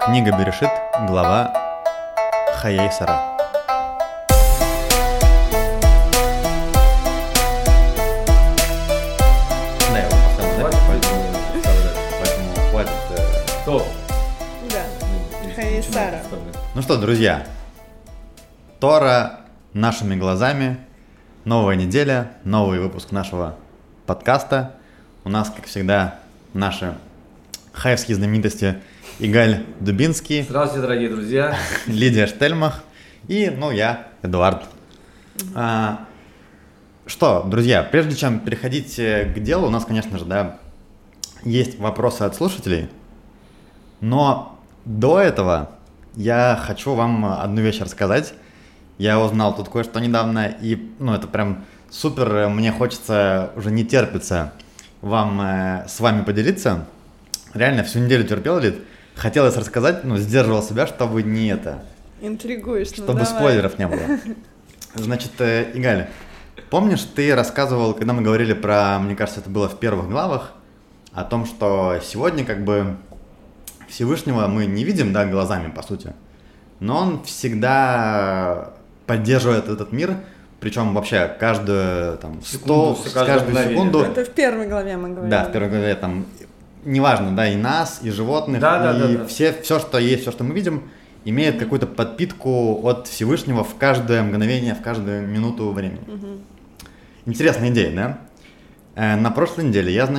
Книга Берешит, глава Хаяй Сара. Да, я его поставил запись, поэтому хватит. Стоп. Да, Хаяй Сара. Ну что, друзья, Тора нашими глазами, новая неделя, новый выпуск нашего подкаста. У нас, как всегда, наши хаевские знаменитости Игаль Дубинский. Здравствуйте, дорогие друзья. Лидия Штельмах и, я, Эдуард. Что, друзья, прежде чем переходить к делу, у нас, конечно же, есть вопросы от слушателей, но до этого я хочу вам одну вещь рассказать. Я узнал тут кое-что недавно, и, это прям супер, мне хочется, уже не терпится вам с вами поделиться. Реально, всю неделю терпел, Лид. Хотелось рассказать, сдерживал себя, чтобы не это. Интригуешь, чтобы давай. Спойлеров не было. Значит, Игаль, помнишь, ты рассказывал, когда мы говорили про, мне кажется, это было в первых главах, о том, что сегодня Всевышнего мы не видим, глазами, по сути, но он всегда поддерживает этот мир, причем вообще каждую секунду. Это в первой главе мы говорили. Да, в первой главе неважно, и нас, и животных, все, что есть, все, что мы видим, имеет какую-то подпитку от Всевышнего в каждое мгновение, в каждую минуту времени. Интересная идея, да? На прошлой неделе я,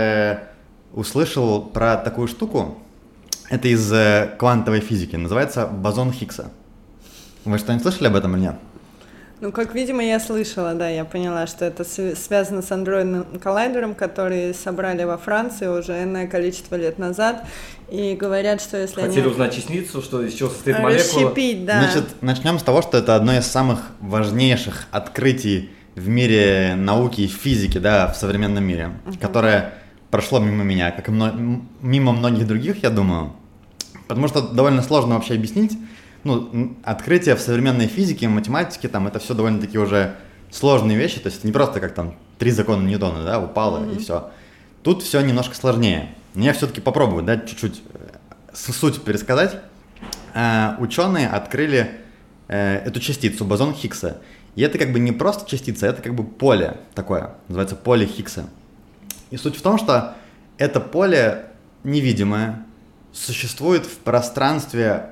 услышал про такую штуку. Это из квантовой физики, называется бозон Хиггса. Вы что-нибудь слышали об этом или нет? Как видимо, я слышала, я поняла, что это связано с андроидным коллайдером, который собрали во Франции уже энное количество лет назад, и говорят, что если Хотели узнать частицу, из чего состоит молекула. Расщепить, да. Значит, начнем с того, что это одно из самых важнейших открытий в мире науки и физики, в современном мире, которое прошло мимо меня, как и мимо многих других, я думаю, потому что довольно сложно вообще объяснить. Открытие в современной физике, математике, это все довольно-таки уже сложные вещи, то есть это не просто как 3 закона Ньютона, упало и все. Тут все немножко сложнее. Но я все-таки попробую, чуть-чуть суть пересказать. Ученые открыли эту частицу, бозон Хиггса. И это не просто частица, это поле такое, называется поле Хиггса. И суть в том, что это поле невидимое, существует в пространстве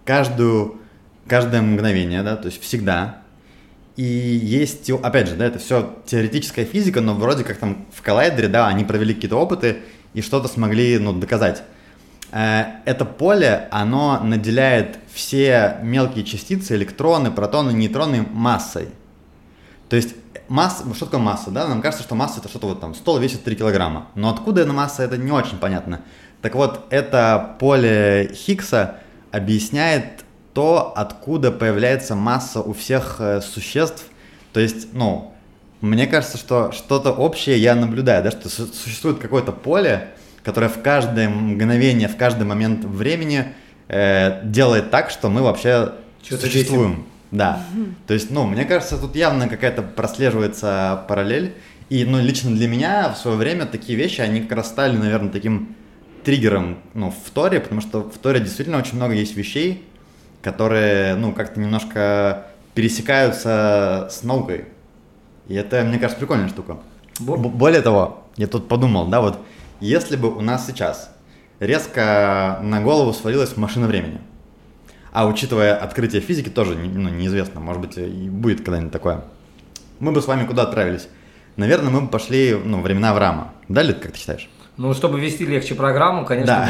каждое мгновение, то есть всегда. И есть, опять же, это все теоретическая физика, но вроде как в коллайдере, они провели какие-то опыты и что-то смогли, доказать. Это поле, оно наделяет все мелкие частицы, электроны, протоны, нейтроны массой. То есть масса, что такое масса, Нам кажется, что масса это что-то стол весит 3 килограмма. Но откуда эта масса, это не очень понятно. Так вот, это поле Хиггса объясняет то, откуда появляется масса у всех существ. То есть, мне кажется, что что-то общее я наблюдаю, что существует какое-то поле, которое в каждое мгновение, в каждый момент времени делает так, что мы вообще существуем. Да. То есть, мне кажется, тут явно какая-то прослеживается параллель. И, лично для меня в свое время такие вещи, они как раз стали, наверное, таким триггером, в Торе, потому что в Торе действительно очень много есть вещей, которые, как-то немножко пересекаются с наукой. И это, мне кажется, прикольная штука. Более того, я тут подумал, если бы у нас сейчас резко на голову свалилась машина времени, а учитывая открытие физики, тоже неизвестно, может быть, и будет когда-нибудь такое, мы бы с вами куда отправились? Наверное, мы бы пошли, времена Авраама. Да, Лид, как ты считаешь? Чтобы вести легче программу, конечно,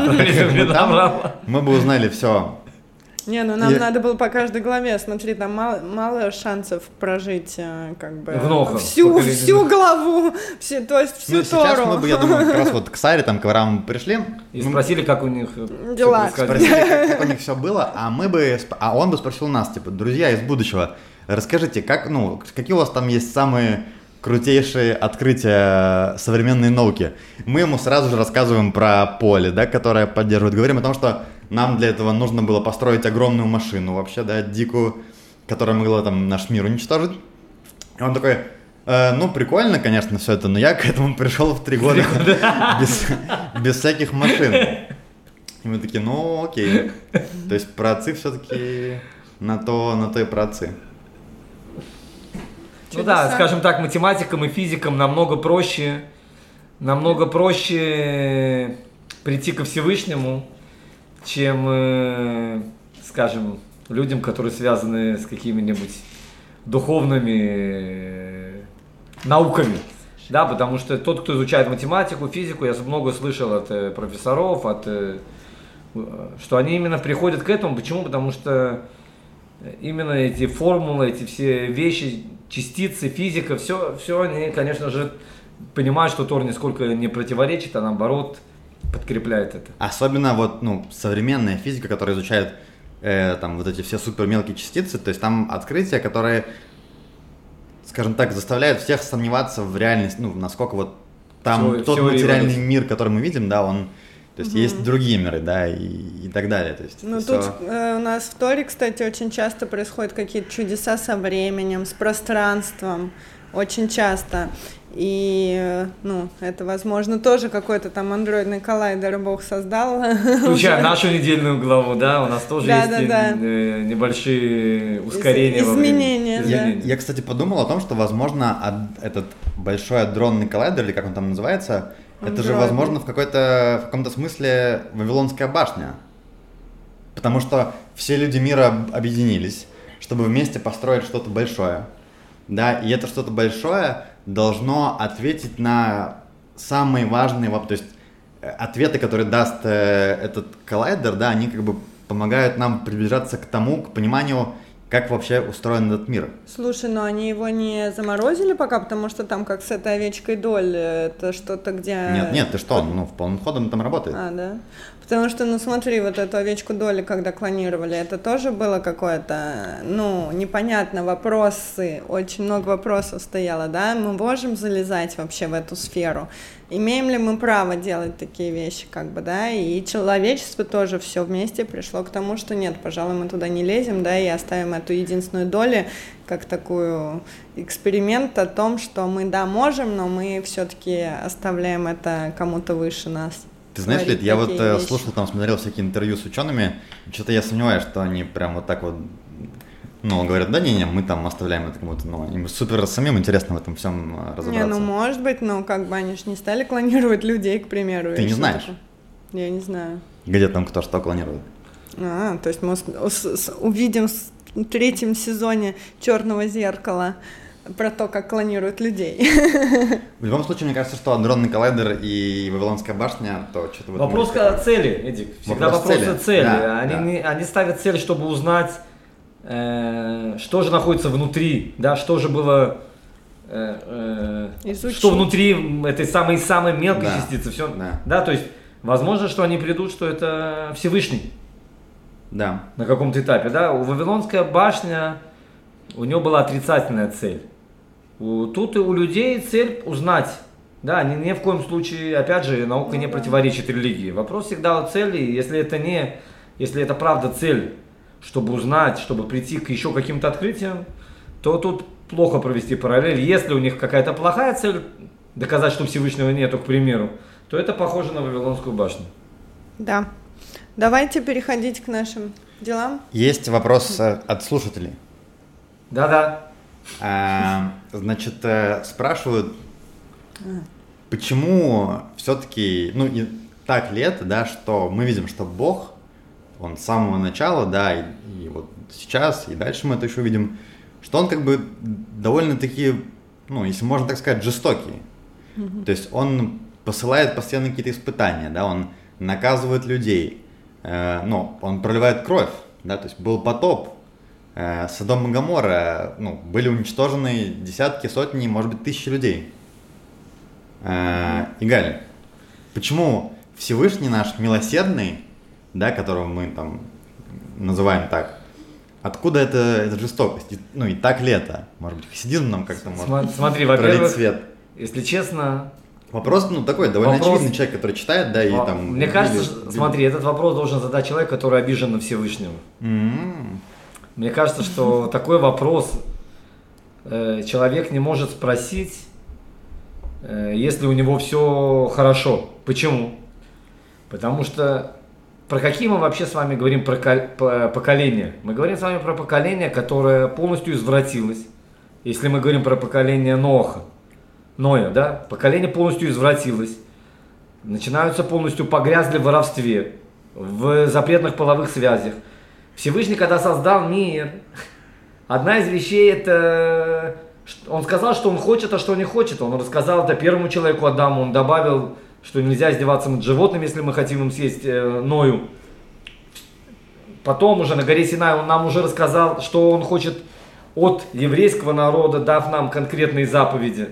мы бы узнали все. Нам надо было по каждой главе, смотри, там мало шансов прожить всю главу, то есть всю Тору. Сейчас мы бы, я думаю, как раз к Саре, к Аврааму пришли. И спросили, как у них дела. Спросили, как у них все было, а он бы спросил нас, друзья из будущего, расскажите, какие у вас там есть самые крутейшие открытия современной науки. Мы ему сразу же рассказываем про поле, которое поддерживает. Говорим о том, что нам для этого нужно было построить огромную машину вообще, дикую, которая могла наш мир уничтожить. И он такой, прикольно, конечно, все это, но я к этому пришел в 3 года без всяких машин. И мы такие, ну окей. То есть праотцы все-таки на то и праотцы. Ну да, скажем так, математикам и физикам намного проще прийти ко Всевышнему, чем, скажем, людям, которые связаны с какими-нибудь духовными науками. Да, потому что тот, кто изучает математику, физику, я много слышал от профессоров, что они именно приходят к этому. Почему? Потому что именно эти формулы, эти все вещи, частицы, физика, все они, конечно же, понимают, что Тора нисколько не противоречит, а наоборот подкрепляет это. Особенно вот, современная физика, которая изучает там вот эти все супер мелкие частицы, то есть там открытия, которые, скажем так, заставляют всех сомневаться в реальности, насколько вот там тот материальный мир, который мы видим, да, он, то есть есть другие миры, да, и так далее. То есть тут у нас в Торе, кстати, очень часто происходят какие-то чудеса со временем, с пространством, очень часто. И, это, возможно, тоже какой-то там андроидный коллайдер Бог создал. Включая нашу недельную главу, да, у нас тоже есть небольшие ускорения. Изменения. Я, кстати, подумал о том, что, возможно, этот большой адронный коллайдер, или как он там называется, это же, возможно, в каком-то смысле Вавилонская башня. Потому что все люди мира объединились, чтобы вместе построить что-то большое. Да, и это что-то большое должно ответить на самые важные вопросы. То есть ответы, которые даст этот коллайдер, да, они как бы помогают нам приближаться к пониманию, как вообще устроен этот мир. Слушай, но они его не заморозили пока, потому что там как с этой овечкой Долли, это что-то где... Нет, ты что, в полном ходу он там работает. А, да? Потому что, смотри, вот эту овечку Долли, когда клонировали, это тоже было какое-то, непонятно, вопросы, очень много вопросов стояло, да, мы можем залезать вообще в эту сферу, имеем ли мы право делать такие вещи, да, и человечество тоже все вместе пришло к тому, что нет, пожалуй, мы туда не лезем, да, и оставим эту единственную долю, как такую эксперимент о том, что мы, да, можем, но мы все-таки оставляем это кому-то выше нас. Ты знаешь, Лид, я вот слушал, смотрел всякие интервью с учеными, что-то я сомневаюсь, что они прям вот так вот, говорят, да не, мы там оставляем это кому-то, им супер самим интересно в этом всем разобраться. Может быть, но они же не стали клонировать людей, к примеру. Ты не знаешь? Такое? Я не знаю. Где там кто что клонирует? То есть мы увидим в 3-м сезоне «Черного зеркала» про то, как клонируют людей. В любом случае, мне кажется, что адронный коллайдер и Вавилонская башня, то что-то... Вопрос цели, Эдик. Всегда вопрос цели. Да, они ставят цель, чтобы узнать, что же находится внутри, да, что же было... что внутри этой самой мелкой частицы. Все, да, то есть, возможно, что они придут, что это Всевышний. Да. На каком-то этапе, да. У Вавилонская башня, у нее была отрицательная цель. Тут и у людей цель узнать. Да, ни в коем случае, опять же, наука не противоречит религии. Вопрос всегда о цели. Если это правда цель, чтобы узнать, чтобы прийти к еще каким-то открытиям, то тут плохо провести параллель. Если у них какая-то плохая цель, доказать, что Всевышнего нету, к примеру, то это похоже на Вавилонскую башню. Да. Давайте переходить к нашим делам. Есть вопрос от слушателей. Да-да. Значит, спрашивают, почему все-таки, и так ли это, да, что мы видим, что Бог, Он с самого начала, да, и вот сейчас, и дальше мы это еще видим, что Он как бы довольно-таки, если можно так сказать, жестокий. То есть Он посылает постоянно какие-то испытания, да, Он наказывает людей, Он проливает кровь, да, то есть был потоп, Содом и Гоморра, были уничтожены десятки, сотни, может быть, тысячи людей. Игаль, почему Всевышний наш милосердный, да, которого мы там называем так, откуда эта жестокость? И так ли это? Может быть, хасидизм нам как-то может пролить свет? Если честно... Вопрос, такой, довольно очевидный человек, который читает, да, и там... Мне кажется, смотри, этот вопрос должен задать человек, который обижен на Всевышнего. Мне кажется, что такой вопрос человек не может спросить, если у него все хорошо. Почему? Потому что про какие мы вообще с вами говорим поколения? Мы говорим с вами про поколение, которое полностью извратилось. Если мы говорим про поколение Ноя, да, поколение полностью извратилось. Начинаются полностью погрязли в воровстве, в запретных половых связях. Всевышний, когда создал мир, одна из вещей это... Он сказал, что он хочет, а что не хочет. Он рассказал это первому человеку Адаму, он добавил, что нельзя издеваться над животными, если мы хотим им съесть Ною. Потом уже на горе Синай он нам уже рассказал, что он хочет от еврейского народа, дав нам конкретные заповеди.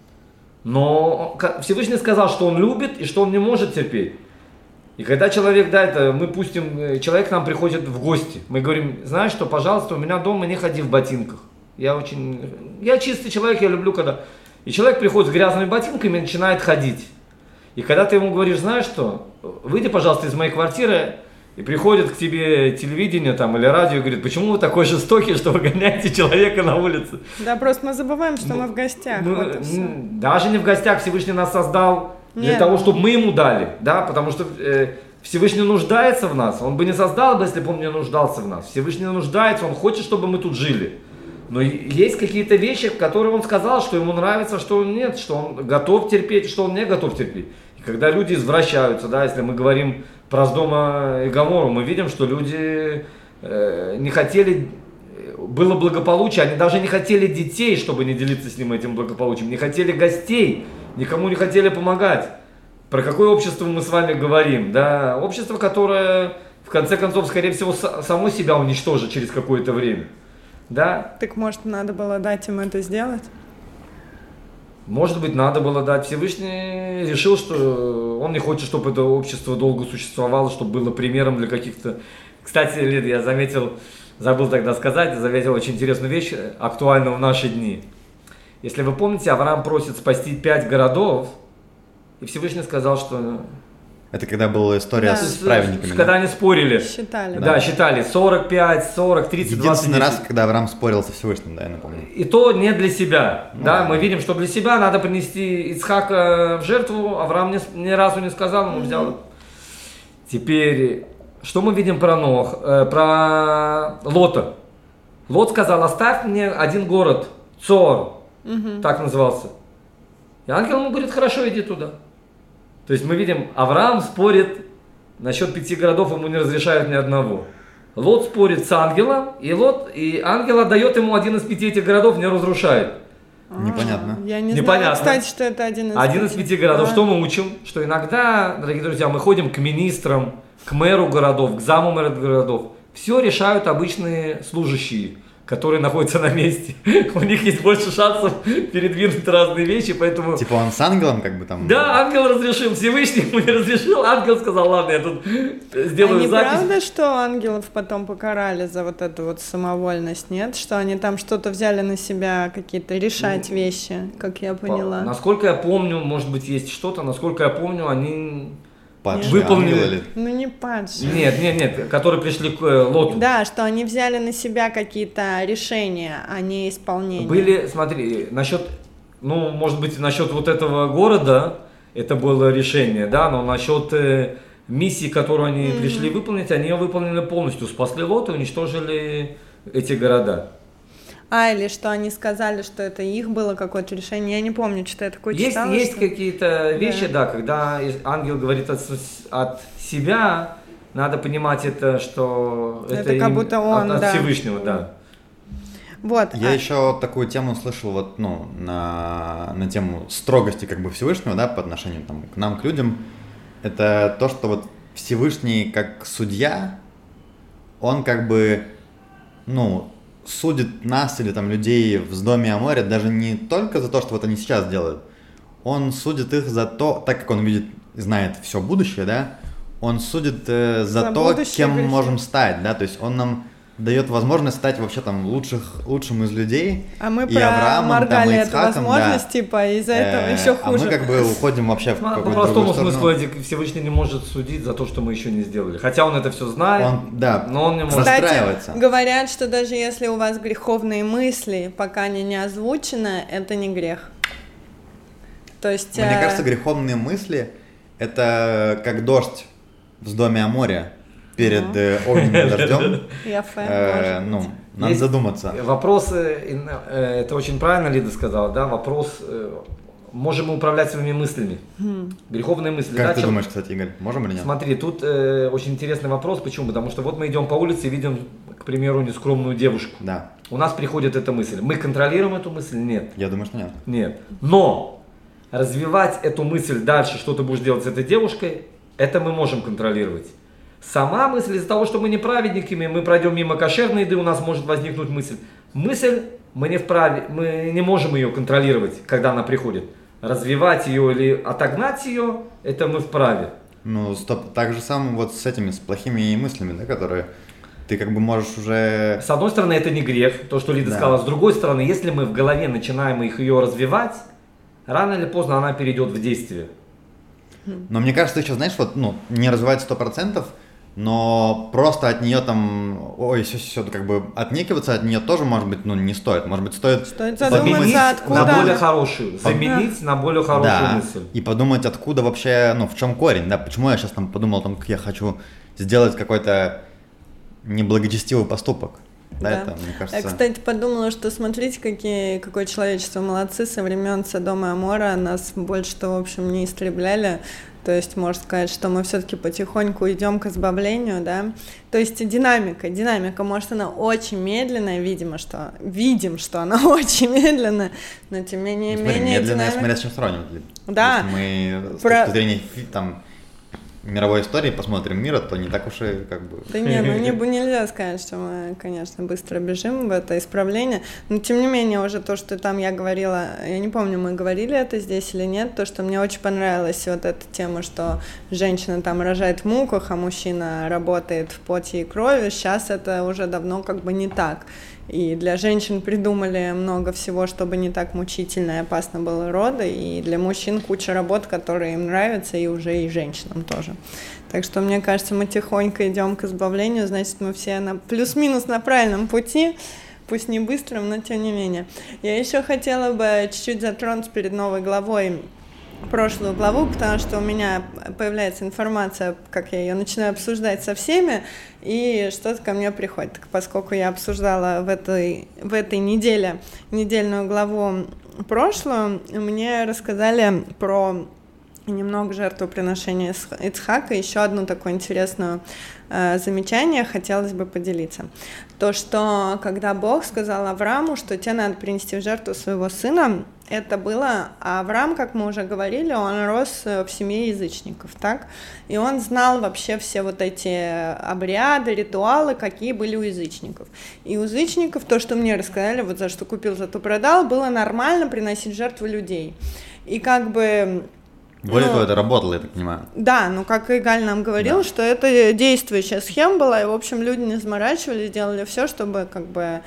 Но Всевышний сказал, что он любит и что он не может терпеть. И когда человек, человек к нам приходит в гости, мы говорим, знаешь что, пожалуйста, у меня дома не ходи в ботинках. Я чистый человек, я люблю когда... И человек приходит с грязными ботинками и начинает ходить. И когда ты ему говоришь, знаешь что, выйди, пожалуйста, из моей квартиры, и приходит к тебе телевидение или радио и говорит, почему вы такой жестокий, что вы гоняете человека на улице? Да, просто мы забываем, что мы в гостях. Даже не в гостях, Всевышний нас создал для того, чтобы мы ему дали, да, потому что Всевышний нуждается в нас, он бы не создал, если бы он не нуждался в нас. Всевышний нуждается, он хочет, чтобы мы тут жили. Но есть какие-то вещи, которые он сказал, что ему нравится, что нет, что он готов терпеть, что он не готов терпеть. И когда люди извращаются, да, если мы говорим про Содома и Гоморру, мы видим, что люди не хотели, было благополучие, они даже не хотели детей, чтобы не делиться с ним этим благополучием, не хотели гостей, никому не хотели помогать. Про какое общество мы с вами говорим? Да? Общество, которое, в конце концов, скорее всего, само себя уничтожит через какое-то время. Да? Так может надо было дать им это сделать? Может быть, надо было дать. Всевышний решил, что он не хочет, чтобы это общество долго существовало, чтобы было примером для каких-то... Кстати, Лид, я забыл тогда сказать, заметил очень интересную вещь, актуальную в наши дни. Если вы помните, Авраам просит спасти 5 городов, и Всевышний сказал, что... Это когда была история с праведниками. Когда они спорили. Считали. Да, считали. 45, 40, 30, 20. Единственный раз, когда Авраам спорил со Всевышним, да, я напомню. И то не для себя. Да, мы видим, что для себя надо принести Ицхака в жертву. Авраам ни разу не сказал, он взял. Теперь, что мы видим про Лота? Лот сказал, оставь мне один город, Цоор, так назывался. И ангел ему говорит, хорошо, иди туда. То есть мы видим, Авраам спорит насчет 5 городов, ему не разрешают ни одного. Лот спорит с ангелом, и ангел отдает ему один из 5 этих городов, не разрушает. Непонятно. Я не знала, кстати, что это один из 5 городов. Что мы учим? Что иногда, дорогие друзья, мы ходим к министрам, к мэру городов, к заму мэра городов. Все решают обычные служащие, которые находятся на месте. У них есть больше шансов передвинуть разные вещи, поэтому... Типа он с ангелом как бы там... Да, ангел разрешил, Всевышний ему не разрешил, ангел сказал, ладно, я тут сделаю запись. Правда, что ангелов потом покарали за вот эту вот самовольность, нет? Что они там что-то взяли на себя, какие-то решать вещи, как я поняла. Насколько я помню, может быть, есть что-то, насколько я помню, они... Выполнили. Ну не падшие. Нет, которые пришли к Лоту. Да, что они взяли на себя какие-то решения, а не исполнение. Были, смотри, может быть, насчет вот этого города, это было решение, да, но насчет миссии, которую они пришли выполнить, они ее выполнили полностью, спасли Лота и уничтожили эти города. Или что они сказали, что это их было какое-то решение. Я не помню, что я такое читала. Есть какие-то вещи, да, когда ангел говорит от себя, надо понимать это, что это как будто он, от Всевышнего, да. Вот. Я еще такую тему слышал на тему строгости как бы Всевышнего, да, по отношению к нам, к людям. Это то, что вот Всевышний как судья, он как бы, судит нас или людей в Содоме и Гоморре даже не только за то, что вот они сейчас делают. Он судит их за то, так как он видит и знает все будущее, да, он судит за то, кем мы можем стать, да, то есть он нам дает возможность стать вообще лучшим из людей. А мы и Авраамом, моргали эту возможность, из-за этого еще хуже. А мы как бы уходим вообще в какую-то другую сторону. По простому смыслу Всевышний не может судить за то, что мы еще не сделали. Хотя он это все знает, но он не может. Расстраивается. Кстати, говорят, что даже если у вас греховные мысли, пока они не озвучены, это не грех. То есть... Мне кажется, греховные мысли – это как дождь в Содоме и Гоморре. перед огненным дождем. Ну, надо задуматься. Вопрос, это очень правильно Лида сказала, да, вопрос, можем мы управлять своими мыслями, греховные мысли. Как да, ты думаешь, кстати, Игорь, можем или нет? Смотри, тут очень интересный вопрос, почему? Потому что вот мы идем по улице и видим, к примеру, нескромную девушку. Да. У нас приходит эта мысль. Мы контролируем эту мысль? Нет. Я думаю, что нет. Нет. Но развивать эту мысль дальше, что ты будешь делать с этой девушкой, это мы можем контролировать. Сама мысль, из-за того, что мы не праведниками, мы пройдем мимо кошерной еды, у нас может возникнуть мысль. Мысль, мы не вправе, мы не можем ее контролировать, когда она приходит. Развивать ее или отогнать ее, это мы вправе. Ну, стоп, так же самое вот с этими, с плохими мыслями, да, которые ты как бы можешь уже... С одной стороны, это не грех, то, что Лида сказала. С другой стороны, если мы в голове начинаем ее развивать, рано или поздно она перейдет в действие. Но мне кажется, сейчас, знаешь, вот, не развивать 100%, но просто от нее там, все, как бы отнекиваться от нее тоже, может быть, не стоит. Может быть, стоит задуматься, откуда. На более хорошую, заменить на более хорошую мысль. И подумать, откуда вообще, в чем корень, да, почему я сейчас там подумал, как я хочу сделать какой-то неблагочестивый поступок. Да, это, мне кажется... Я, кстати, подумала, что смотрите, какое человечество молодцы, со времен Содома и Амора нас больше-то, в общем, не истребляли. То есть, можно сказать, что мы все-таки потихоньку идем к избавлению, да. То есть динамика, может, она очень медленная, видим, что она очень медленная, но тем не менее медленная, смотря с чем сравнивать. Да. Если мы с точки зрения мировой истории посмотрим мира, то не так уж и как бы... Да нельзя сказать, что мы, конечно, быстро бежим в это исправление, но тем не менее уже то, что там я говорила, я не помню, мы говорили это здесь или нет, то, что мне очень понравилась вот эта тема, что женщина там рожает в муках, а мужчина работает в поте и крови, сейчас это уже давно как бы не так. И для женщин придумали много всего, чтобы не так мучительно и опасно было роды, и для мужчин куча работ, которые им нравятся, и уже и женщинам тоже. Так что, мне кажется, мы тихонько идем к избавлению, значит, мы все плюс-минус на правильном пути, пусть не быстрым, но тем не менее. Я еще хотела бы чуть-чуть затронуть перед новой главой прошлую главу, потому что у меня появляется информация, как я ее начинаю обсуждать со всеми, и что-то ко мне приходит. Так, поскольку я обсуждала в этой неделе недельную главу прошлую, мне рассказали про немного жертвоприношения Ицхака. Еще одно такое интересное замечание хотелось бы поделиться. То, что когда Бог сказал Аврааму, что тебе надо принести в жертву своего сына, это было, а Авраам, как мы уже говорили, он рос в семье язычников, так? И он знал вообще все вот эти обряды, ритуалы, какие были у язычников. И у язычников, то, что мне рассказали, вот за что купил, за то продал, было нормально приносить жертву людей. И как бы... Более того, это работало, я так понимаю. Да, как Игаль нам говорил, что это действующая схема была, и, в общем, люди не заморачивались, делали все, чтобы как бы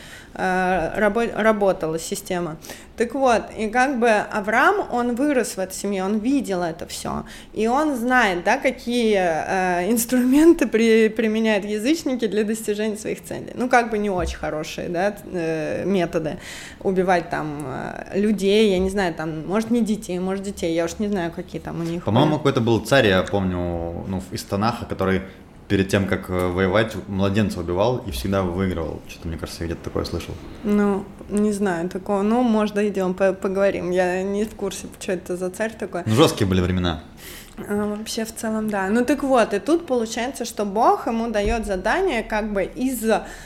работала система. Так вот, и как бы Авраам, он вырос в этой семье, он видел это все, и он знает, да, какие инструменты применяют язычники для достижения своих целей. Как бы не очень хорошие, да, методы. Убивать там людей, я не знаю, там, может, не детей, может, детей, я уж не знаю, какие там у них. По-моему, какой-то был царь, я помню, из Танаха, который перед тем, как воевать, младенца убивал и всегда выигрывал. Что-то, мне кажется, я где-то такое слышал. Не знаю такого. Может, дойдем, поговорим. Я не в курсе, что это за царь такой. Жесткие были времена. Вообще, в целом, да. Так вот, и тут получается, что Бог ему дает задание как бы из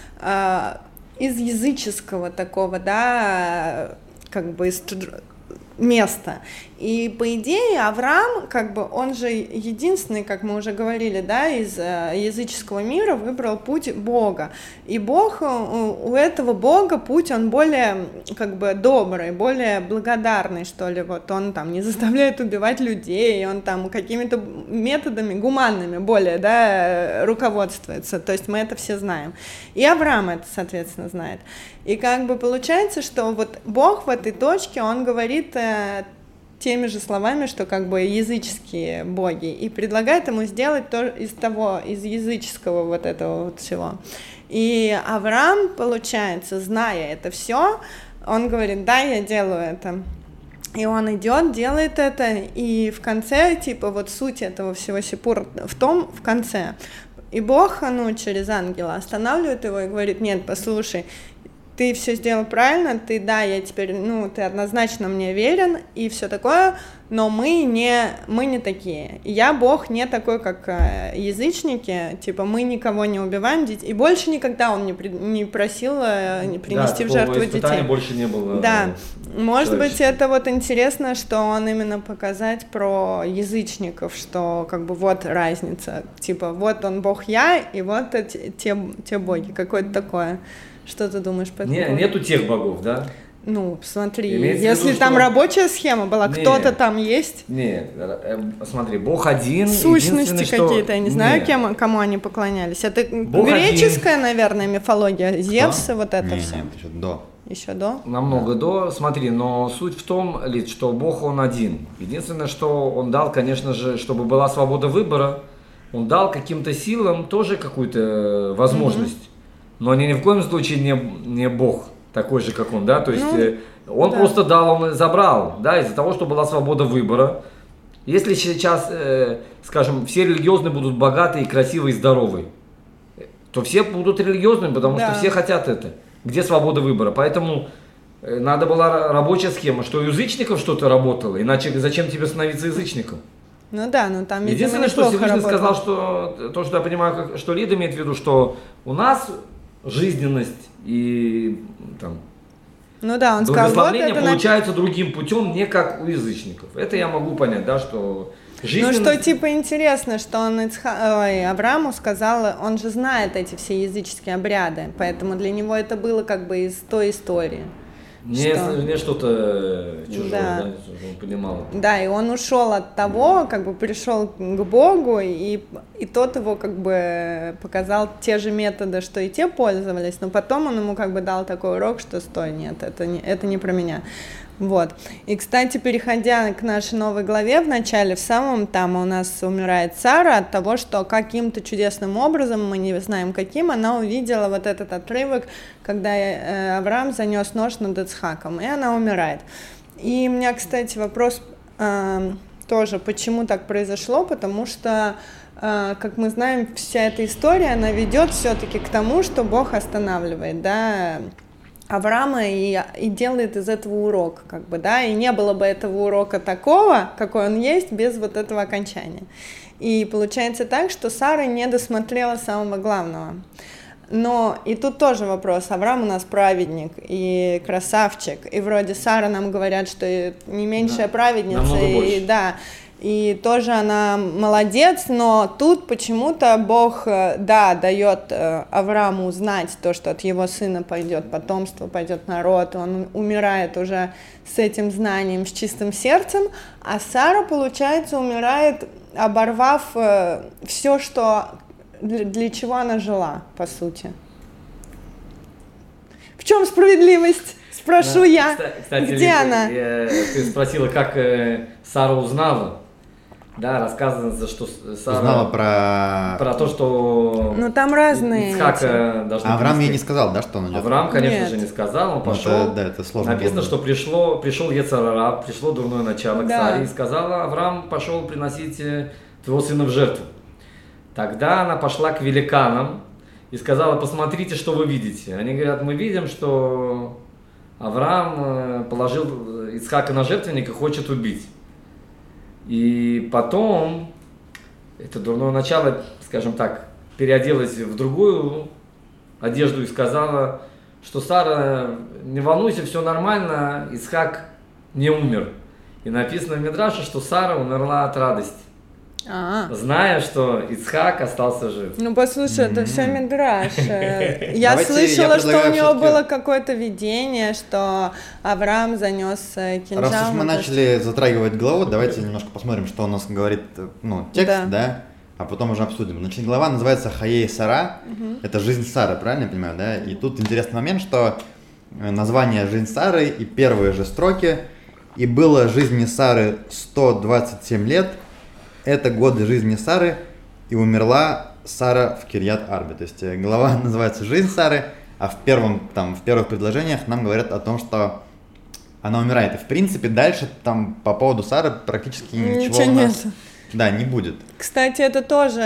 языческого такого, да, как бы места. И по идее Авраам, как бы, он же единственный, как мы уже говорили, да, из языческого мира выбрал путь Бога. И Бог, у этого Бога путь, он более, как бы, добрый, более благодарный, что ли. Вот он там не заставляет убивать людей, он там какими-то методами гуманными более, да, руководствуется. То есть мы это все знаем. И Авраам это, соответственно, знает. И как бы получается, что вот Бог в этой точке, он говорит теми же словами, что как бы языческие боги, и предлагает ему сделать то из языческого вот этого вот всего. И Авраам, получается, зная это все, он говорит: да, я делаю это. И он идет, делает это, и в конце, типа, вот суть этого всего сипура в конце, и Бог, через ангела останавливает его и говорит: нет, послушай, ты все сделал правильно, я теперь, ты однозначно мне верен и все такое, но мы не такие. Я, Бог, не такой, как язычники, типа мы никого не убиваем, и больше никогда он не просил принести в жертву детей. Больше не было. Да, может быть, это вот интересно, что он именно показать про язычников, что как бы вот разница, типа вот он Бог я, и вот те боги, какое-то такое. Что ты думаешь по этому поводу? Нету тех богов, да? Смотри, Имеется если виду, там что... рабочая схема была, кто-то там есть? Нет, смотри, Бог один. Сущности какие-то, я не знаю, кому они поклонялись. Это Бог греческая, один. наверное, мифология, Зевсы, вот это все. Нет, еще до. Еще до? Намного до, смотри, но суть в том, Лид, что Бог он один. Единственное, что он дал, конечно же, чтобы была свобода выбора, он дал каким-то силам тоже какую-то возможность. Но они ни в коем случае не Бог, такой же, как он, да, то есть он просто дал, он забрал, да, из-за того, что была свобода выбора. Если сейчас, скажем, все религиозные будут богатые, красивые и здоровые, то все будут религиозными, потому что все хотят это. Где свобода выбора? Поэтому надо была рабочая схема, что у язычников что-то работало, иначе зачем тебе становиться язычником? Там единственное, что Всевышний сказал, что то, что я понимаю, что Лида имеет в виду, что у нас жизненность и там он благословление получается другим путем, не как у язычников. Это я могу понять, да, что жизненность... что типа интересно, что он Аврааму сказал, он же знает эти все языческие обряды, поэтому для него это было как бы из той истории. Не что-то чужое, да, чтобы он понимал. Да, и он ушел от того, как бы пришел к Богу, и тот его как бы показал те же методы, что и те пользовались, но потом он ему как бы дал такой урок, что стой, нет, это не про меня. Вот. И, кстати, переходя к нашей новой главе, в начале, в самом там у нас умирает Сара от того, что каким-то чудесным образом, мы не знаем каким, она увидела вот этот отрывок, когда Авраам занес нож над Ицхаком, и она умирает. И у меня, кстати, вопрос тоже, почему так произошло, потому что, как мы знаем, вся эта история, она ведет все-таки к тому, что Бог останавливает, да, Авраама и делает из этого урок, как бы, да, и не было бы этого урока такого, какой он есть, без вот этого окончания. И получается так, что Сара не досмотрела самого главного. Но и тут тоже вопрос, Авраам у нас праведник и красавчик, и вроде Сара нам говорят, что не меньшая праведница, и тоже она молодец, но тут почему-то Бог, дает Аврааму знать то, что от его сына пойдет потомство, пойдет народ, он умирает уже с этим знанием, с чистым сердцем, а Сара, получается, умирает, оборвав все, что, для чего она жила, по сути. В чем справедливость? Спрошу я. Кстати, где она? Ты спросила, как Сара узнала. Да, рассказывается, что Сара узнала про то, что там разные Ицхака должны Авраам ей не сказал, да, что он идет? Авраам, конечно же, не сказал, он пошел. Это сложно. Написано, что пришел Йецер Ара, пришло дурное начало к Саре, и сказала: Авраам пошел приносить твоего сына в жертву. Тогда она пошла к великанам и сказала: посмотрите, что вы видите. Они говорят: мы видим, что Авраам положил Ицхака на жертвенник и хочет убить. И потом это дурное начало, скажем так, переоделась в другую одежду и сказала, что Сара, не волнуйся, все нормально, Ицхак не умер. И написано в Мидраше, что Сара умерла от радости. Зная, что Ицхак остался жив. Послушай, это все Мидраш. Я слышала, что у него было какое-то видение, что Авраам занес кинжал. Раз уж мы начали затрагивать главу, давайте немножко посмотрим, что у нас говорит текст, да, а потом уже обсудим. Значит, глава называется «Хаей Сара», это «Жизнь Сары», правильно я понимаю, да? И тут интересный момент, что название «Жизнь Сары» и первые же строки: «И было жизни Сары 127 лет, это годы жизни Сары, и умерла Сара в Кирьят-Арбе». То есть глава называется «Жизнь Сары», а в первых предложениях нам говорят о том, что она умирает. И в принципе дальше там по поводу Сары практически ничего у нас не будет. Кстати, это тоже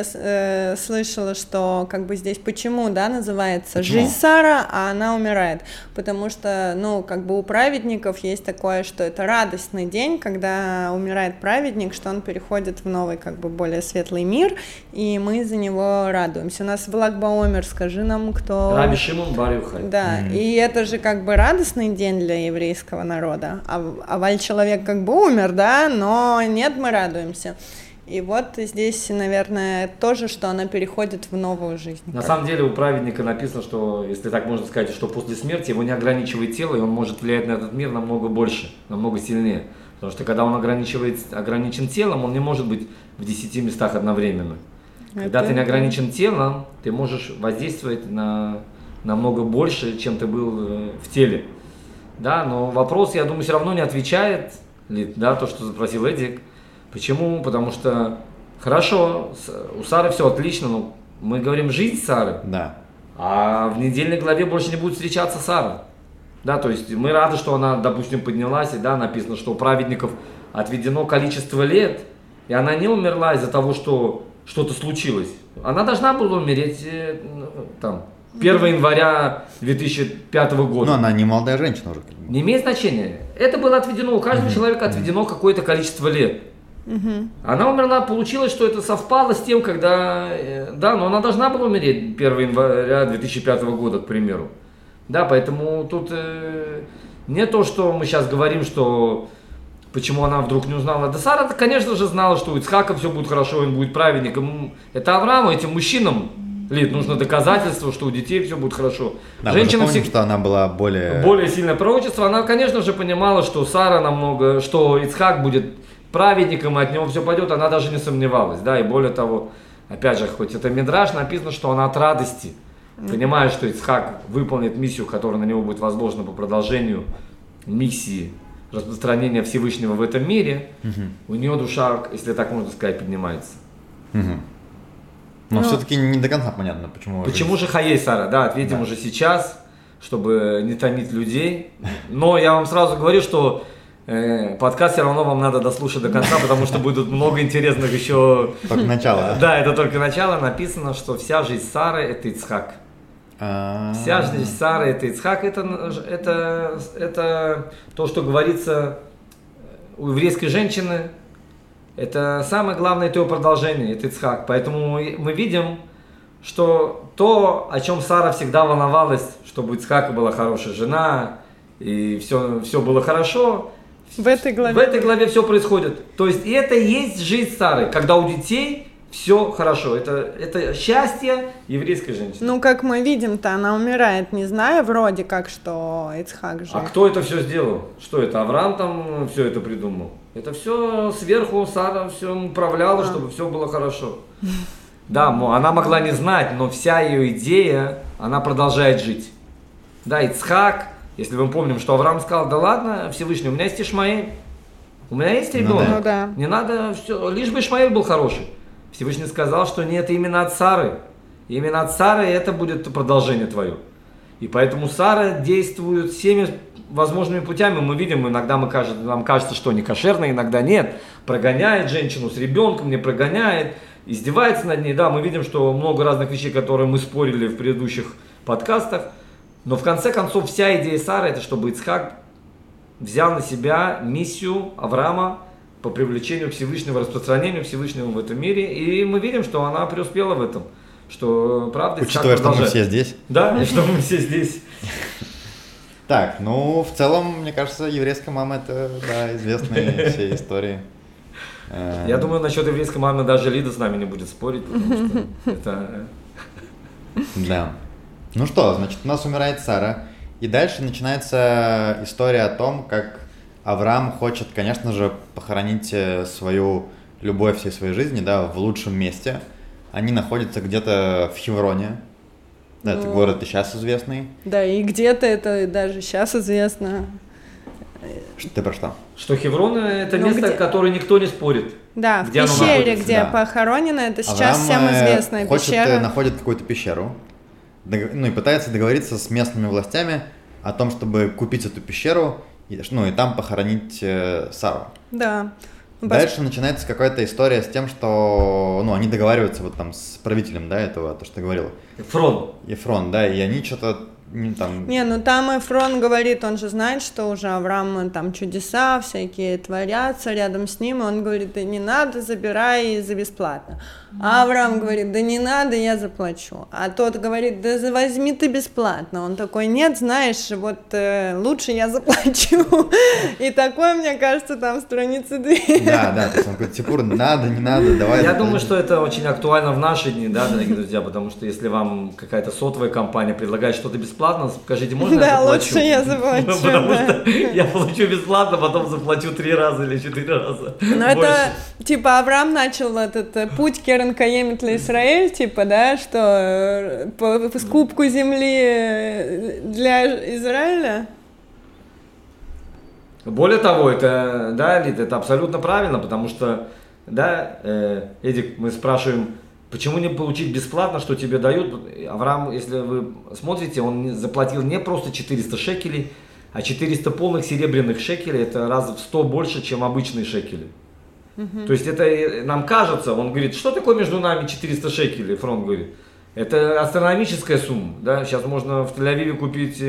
я слышала, что как бы здесь почему, да, называется жизнь Сара, а она умирает, потому что, ну, как бы у праведников есть такое, что это радостный день, когда умирает праведник, что он переходит в новый, как бы более светлый мир, и мы за него радуемся. У нас в Лаг ба-Омер, скажи нам, кто... Раби Шимон бар Йохай. Да, и это же как бы радостный день для еврейского народа, а валь человек как бы умер, да, но нет, мы радуемся. И вот здесь, наверное, тоже, что она переходит в новую жизнь. На самом деле у праведника написано, что, если так можно сказать, что после смерти его не ограничивает тело, и он может влиять на этот мир намного больше, намного сильнее. Потому что когда он ограничен телом, он не может быть в 10 местах одновременно. Когда ты не ограничен телом, ты можешь воздействовать на намного больше, чем ты был в теле. Да, но вопрос, я думаю, все равно не отвечает, да, то, что запросил Эдик. Почему? Потому что хорошо, у Сары все отлично, но мы говорим жизнь Сары, Да. а в недельной главе больше не будет встречаться Сара. Да, то есть мы рады, что она, допустим, поднялась, и да, написано, что у праведников отведено количество лет, и она не умерла из-за того, что что-то случилось. Она должна была умереть там 1 января 2005 года. Но она не молодая женщина уже. Не имеет значения. Это было отведено, у каждого человека отведено какое-то количество лет. Она умерла, получилось, что это совпало с тем, когда, да, но она должна была умереть 1 января 2005 года, к примеру. Да, поэтому тут не то, что мы сейчас говорим, что почему она вдруг не узнала. Да Сара, конечно же, знала, что у Ицхака все будет хорошо, он будет праведником. Это Аврааму, этим мужчинам, нужно доказательство, что у детей все будет хорошо. Да, Женщина помним, что она была более сильное пророчество. Она, конечно же, понимала, что Сара что Ицхак будет праведником, и от него все пойдет. Она даже не сомневалась, да, и более того, опять же, хоть это мидраш, написано, что она от радости, понимая, что Ицхак выполнит миссию, которая на него будет возложена по продолжению миссии распространения Всевышнего в этом мире, у нее душа, если так можно сказать, поднимается. Но все-таки не до конца понятно, почему. Почему же Хаей Сара? Да, ответим уже сейчас, чтобы не томить людей. Но я вам сразу говорю, что подкаст все равно вам надо дослушать до конца, потому что будет много интересных еще... Только начало, да? Да, это только начало. Написано, что вся жизнь Сары – это Ицхак. Вся жизнь Сары – это Ицхак. Это то, что говорится у еврейской женщины. Это самое главное, это ее продолжение, это Ицхак. Поэтому мы видим, что то, о чем Сара всегда волновалась, чтобы у Ицхака была хорошая жена, и все было хорошо, в этой главе все происходит. То есть это и есть жизнь Сары, когда у детей все хорошо. Это счастье еврейской женщины. Ну, как мы видим-то, она умирает, не зная вроде как, что Ицхак жив. А кто это все сделал? Что это, Авраам там все это придумал? Это все сверху Сара все управляла, чтобы все было хорошо. Да, она могла не знать, но вся ее идея, она продолжает жить. Да, Ицхак, если мы помним, что Авраам сказал, да ладно, Всевышний, у меня есть Ишмаэль, у меня есть ребенок, Ну да. Не надо, все, лишь бы Ишмаэль был хороший. Всевышний сказал, что нет, именно от Сары. Именно от Сары это будет продолжение твое. И поэтому Сара действует всеми возможными путями. Мы видим, иногда нам кажется, что не кошерно, иногда нет. Прогоняет женщину с ребенком, не прогоняет, издевается над ней. Да, мы видим, что много разных вещей, которые мы спорили в предыдущих подкастах. Но в конце концов вся идея Сары, это чтобы Ицхак взял на себя миссию Авраама по привлечению Всевышнего, распространению Всевышнего в этом мире. И мы видим, что она преуспела в этом. Что, правда, учитывая, что мы все здесь. Да, и что мы все здесь. Так, ну, в целом, мне кажется, еврейская мама – это, да, известные все истории. Я думаю, насчет еврейской мамы даже Лида с нами не будет спорить, потому что это... Да. Ну что, значит, у нас умирает Сара, и дальше начинается история о том, как Авраам хочет, конечно же, похоронить свою любовь всей своей жизни, да, в лучшем месте. Они находятся где-то в Хевроне. Да, это город и сейчас известный. Да, и где-то это даже сейчас известно. Ты про что? Что Хеврон – это место, которое никто не спорит. Да, в пещере, где похоронено, это сейчас всем известная пещера. Находит какую-то пещеру, ну и пытается договориться с местными властями о том, чтобы купить эту пещеру, и там похоронить Сару. Да. Дальше начинается какая-то история с тем, что, ну, они договариваются вот там с правителем, да, этого, то, что ты говорил. Ефрон, да, и они что-то там... Не, ну там Эфрон говорит, он же знает, что уже Авраам там чудеса всякие творятся рядом с ним, и он говорит, да не надо, забирай за бесплатно. А Авраам говорит, да не надо, я заплачу. А тот говорит, да возьми ты бесплатно. Он такой, нет, знаешь, вот лучше я заплачу. И такой, мне кажется, там страницы 2. Да, то есть он говорит, Сипур, надо, не надо, давай. Я думаю, что это очень актуально в наши дни, да, дорогие друзья, потому что если вам какая-то сотовая компания предлагает что-то бесплатно, скажите, можно я заплачу? Да, лучше я заплачу. Потому что я получу бесплатно, потом заплачу 3 раза или 4 раза. Ну это, типа, Авраам начал этот путь Керен Каемит ля Исраэль, типа, да, что скупку земли для Израиля. Более того, это, да, Лид, это абсолютно правильно, потому что, да, Эдик, мы спрашиваем, почему не получить бесплатно, что тебе дают? Авраам, если вы смотрите, он заплатил не просто 400 шекелей, а 400 полных серебряных шекелей, это раз в 100 больше, чем обычные шекели. То есть это нам кажется, он говорит, что такое между нами 400 шекелей, Фронт говорит. Это астрономическая сумма, да, сейчас можно в Тель-Авиве купить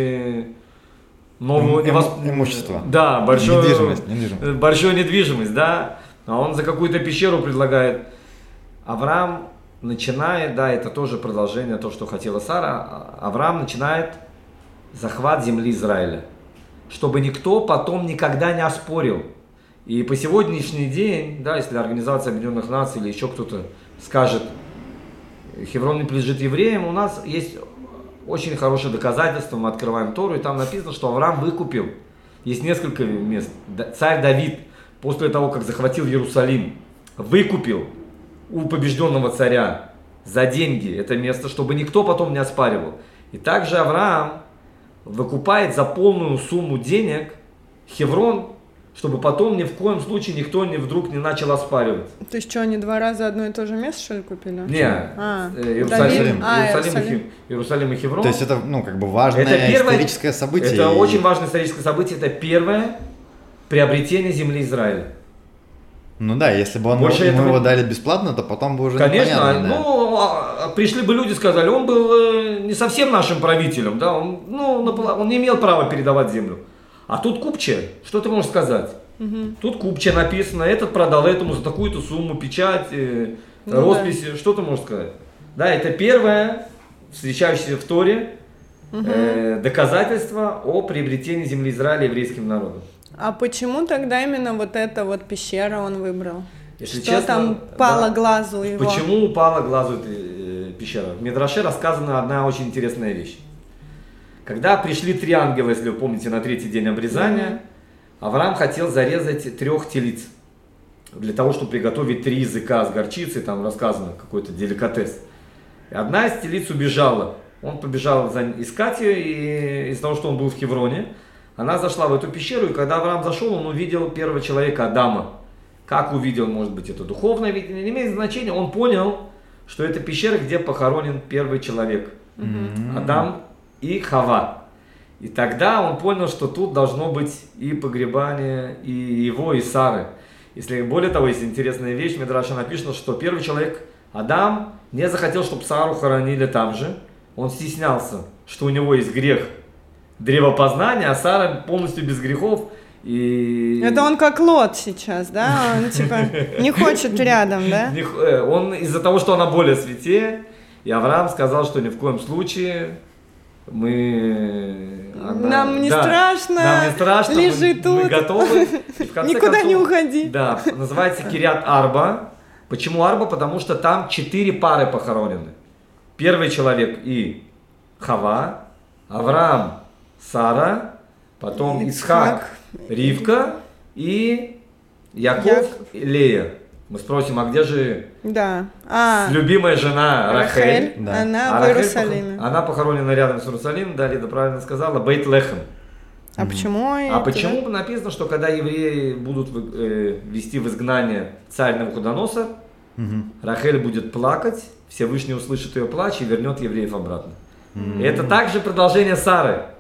новую имущество. Да, недвижимость. Большую недвижимость, да, а он за какую-то пещеру предлагает. Авраам начинает, да, это тоже продолжение того, что хотела Сара, Авраам начинает захват земли Израиля, чтобы никто потом никогда не оспорил. И по сегодняшний день, да, если Организация Объединенных Наций или еще кто-то скажет, Хеврон не принадлежит евреям, у нас есть очень хорошее доказательство, мы открываем Тору, и там написано, что Авраам выкупил, есть несколько мест, царь Давид, после того, как захватил Иерусалим, выкупил у побежденного царя за деньги это место, чтобы никто потом не оспаривал. И также Авраам выкупает за полную сумму денег Хеврон, чтобы потом ни в коем случае никто вдруг не начал оспаривать. То есть что, они 2 раза одно и то же место, что ли, купили? Нет, Иерусалим и Хеврон. То есть это, ну, как бы важное историческое событие. Это очень важное историческое событие, это первое приобретение земли Израиля. Ну да, если бы ему его дали бесплатно, то потом бы уже конечно, непонятно. Да. Пришли бы люди, сказали, он был не совсем нашим правителем, да, он не имел права передавать землю. А тут купче, что ты можешь сказать? Тут купче написано, этот продал этому за такую-то сумму, печать, росписи, да. Что ты можешь сказать? Да, это первое, встречающееся в Торе, доказательство о приобретении земли Израиля еврейским народом. А почему тогда именно вот эта вот пещера он выбрал? Если что честно, там пало глазу его? Почему упала глазу эта пещера? В Мидраше рассказана одна очень интересная вещь. Когда пришли 3 ангела, если вы помните, на 3-й день обрезания, Авраам хотел зарезать 3 телиц. Для того, чтобы приготовить 3 языка с горчицей, там рассказано какой-то деликатес. И одна из телиц убежала. Он побежал искать ее, и из-за того, что он был в Хевроне, она зашла в эту пещеру, и когда Авраам зашел, он увидел первого человека, Адама. Как увидел, может быть, это духовное видение, не имеет значения. Он понял, что это пещера, где похоронен первый человек. Адам и Хава. И тогда он понял, что тут должно быть и погребание, и его, и Сары. Если, более того, есть интересная вещь, в Мидраше написано, что первый человек, Адам, не захотел, чтобы Сару хоронили там же. Он стеснялся, что у него есть грех древопознания, а Сара полностью без грехов. И... Это он как Лот сейчас, да? Он типа не хочет рядом, да? Он из-за того, что она более святее, и Авраам сказал, что ни в коем случае нам не страшно, лежи тут, мы готовы. Никуда не уходи. Да, называется Кирьят Арба. Почему Арба? Потому что там 4 пары похоронены. Первый человек и Хава, Авраам, Сара, потом Ицхак, Ривка и Яков и Лея. Мы спросим, а где же любимая жена Рахель? Да. Она в Иерусалиме. Она похоронена рядом с Иерусалимом, да, Лида правильно сказала, Бейт-Лехем. А почему? Почему написано, что когда евреи будут вести в изгнание царь Навуходоносор, Рахель будет плакать, Всевышний услышит ее плач и вернет евреев обратно. Это также продолжение Сары.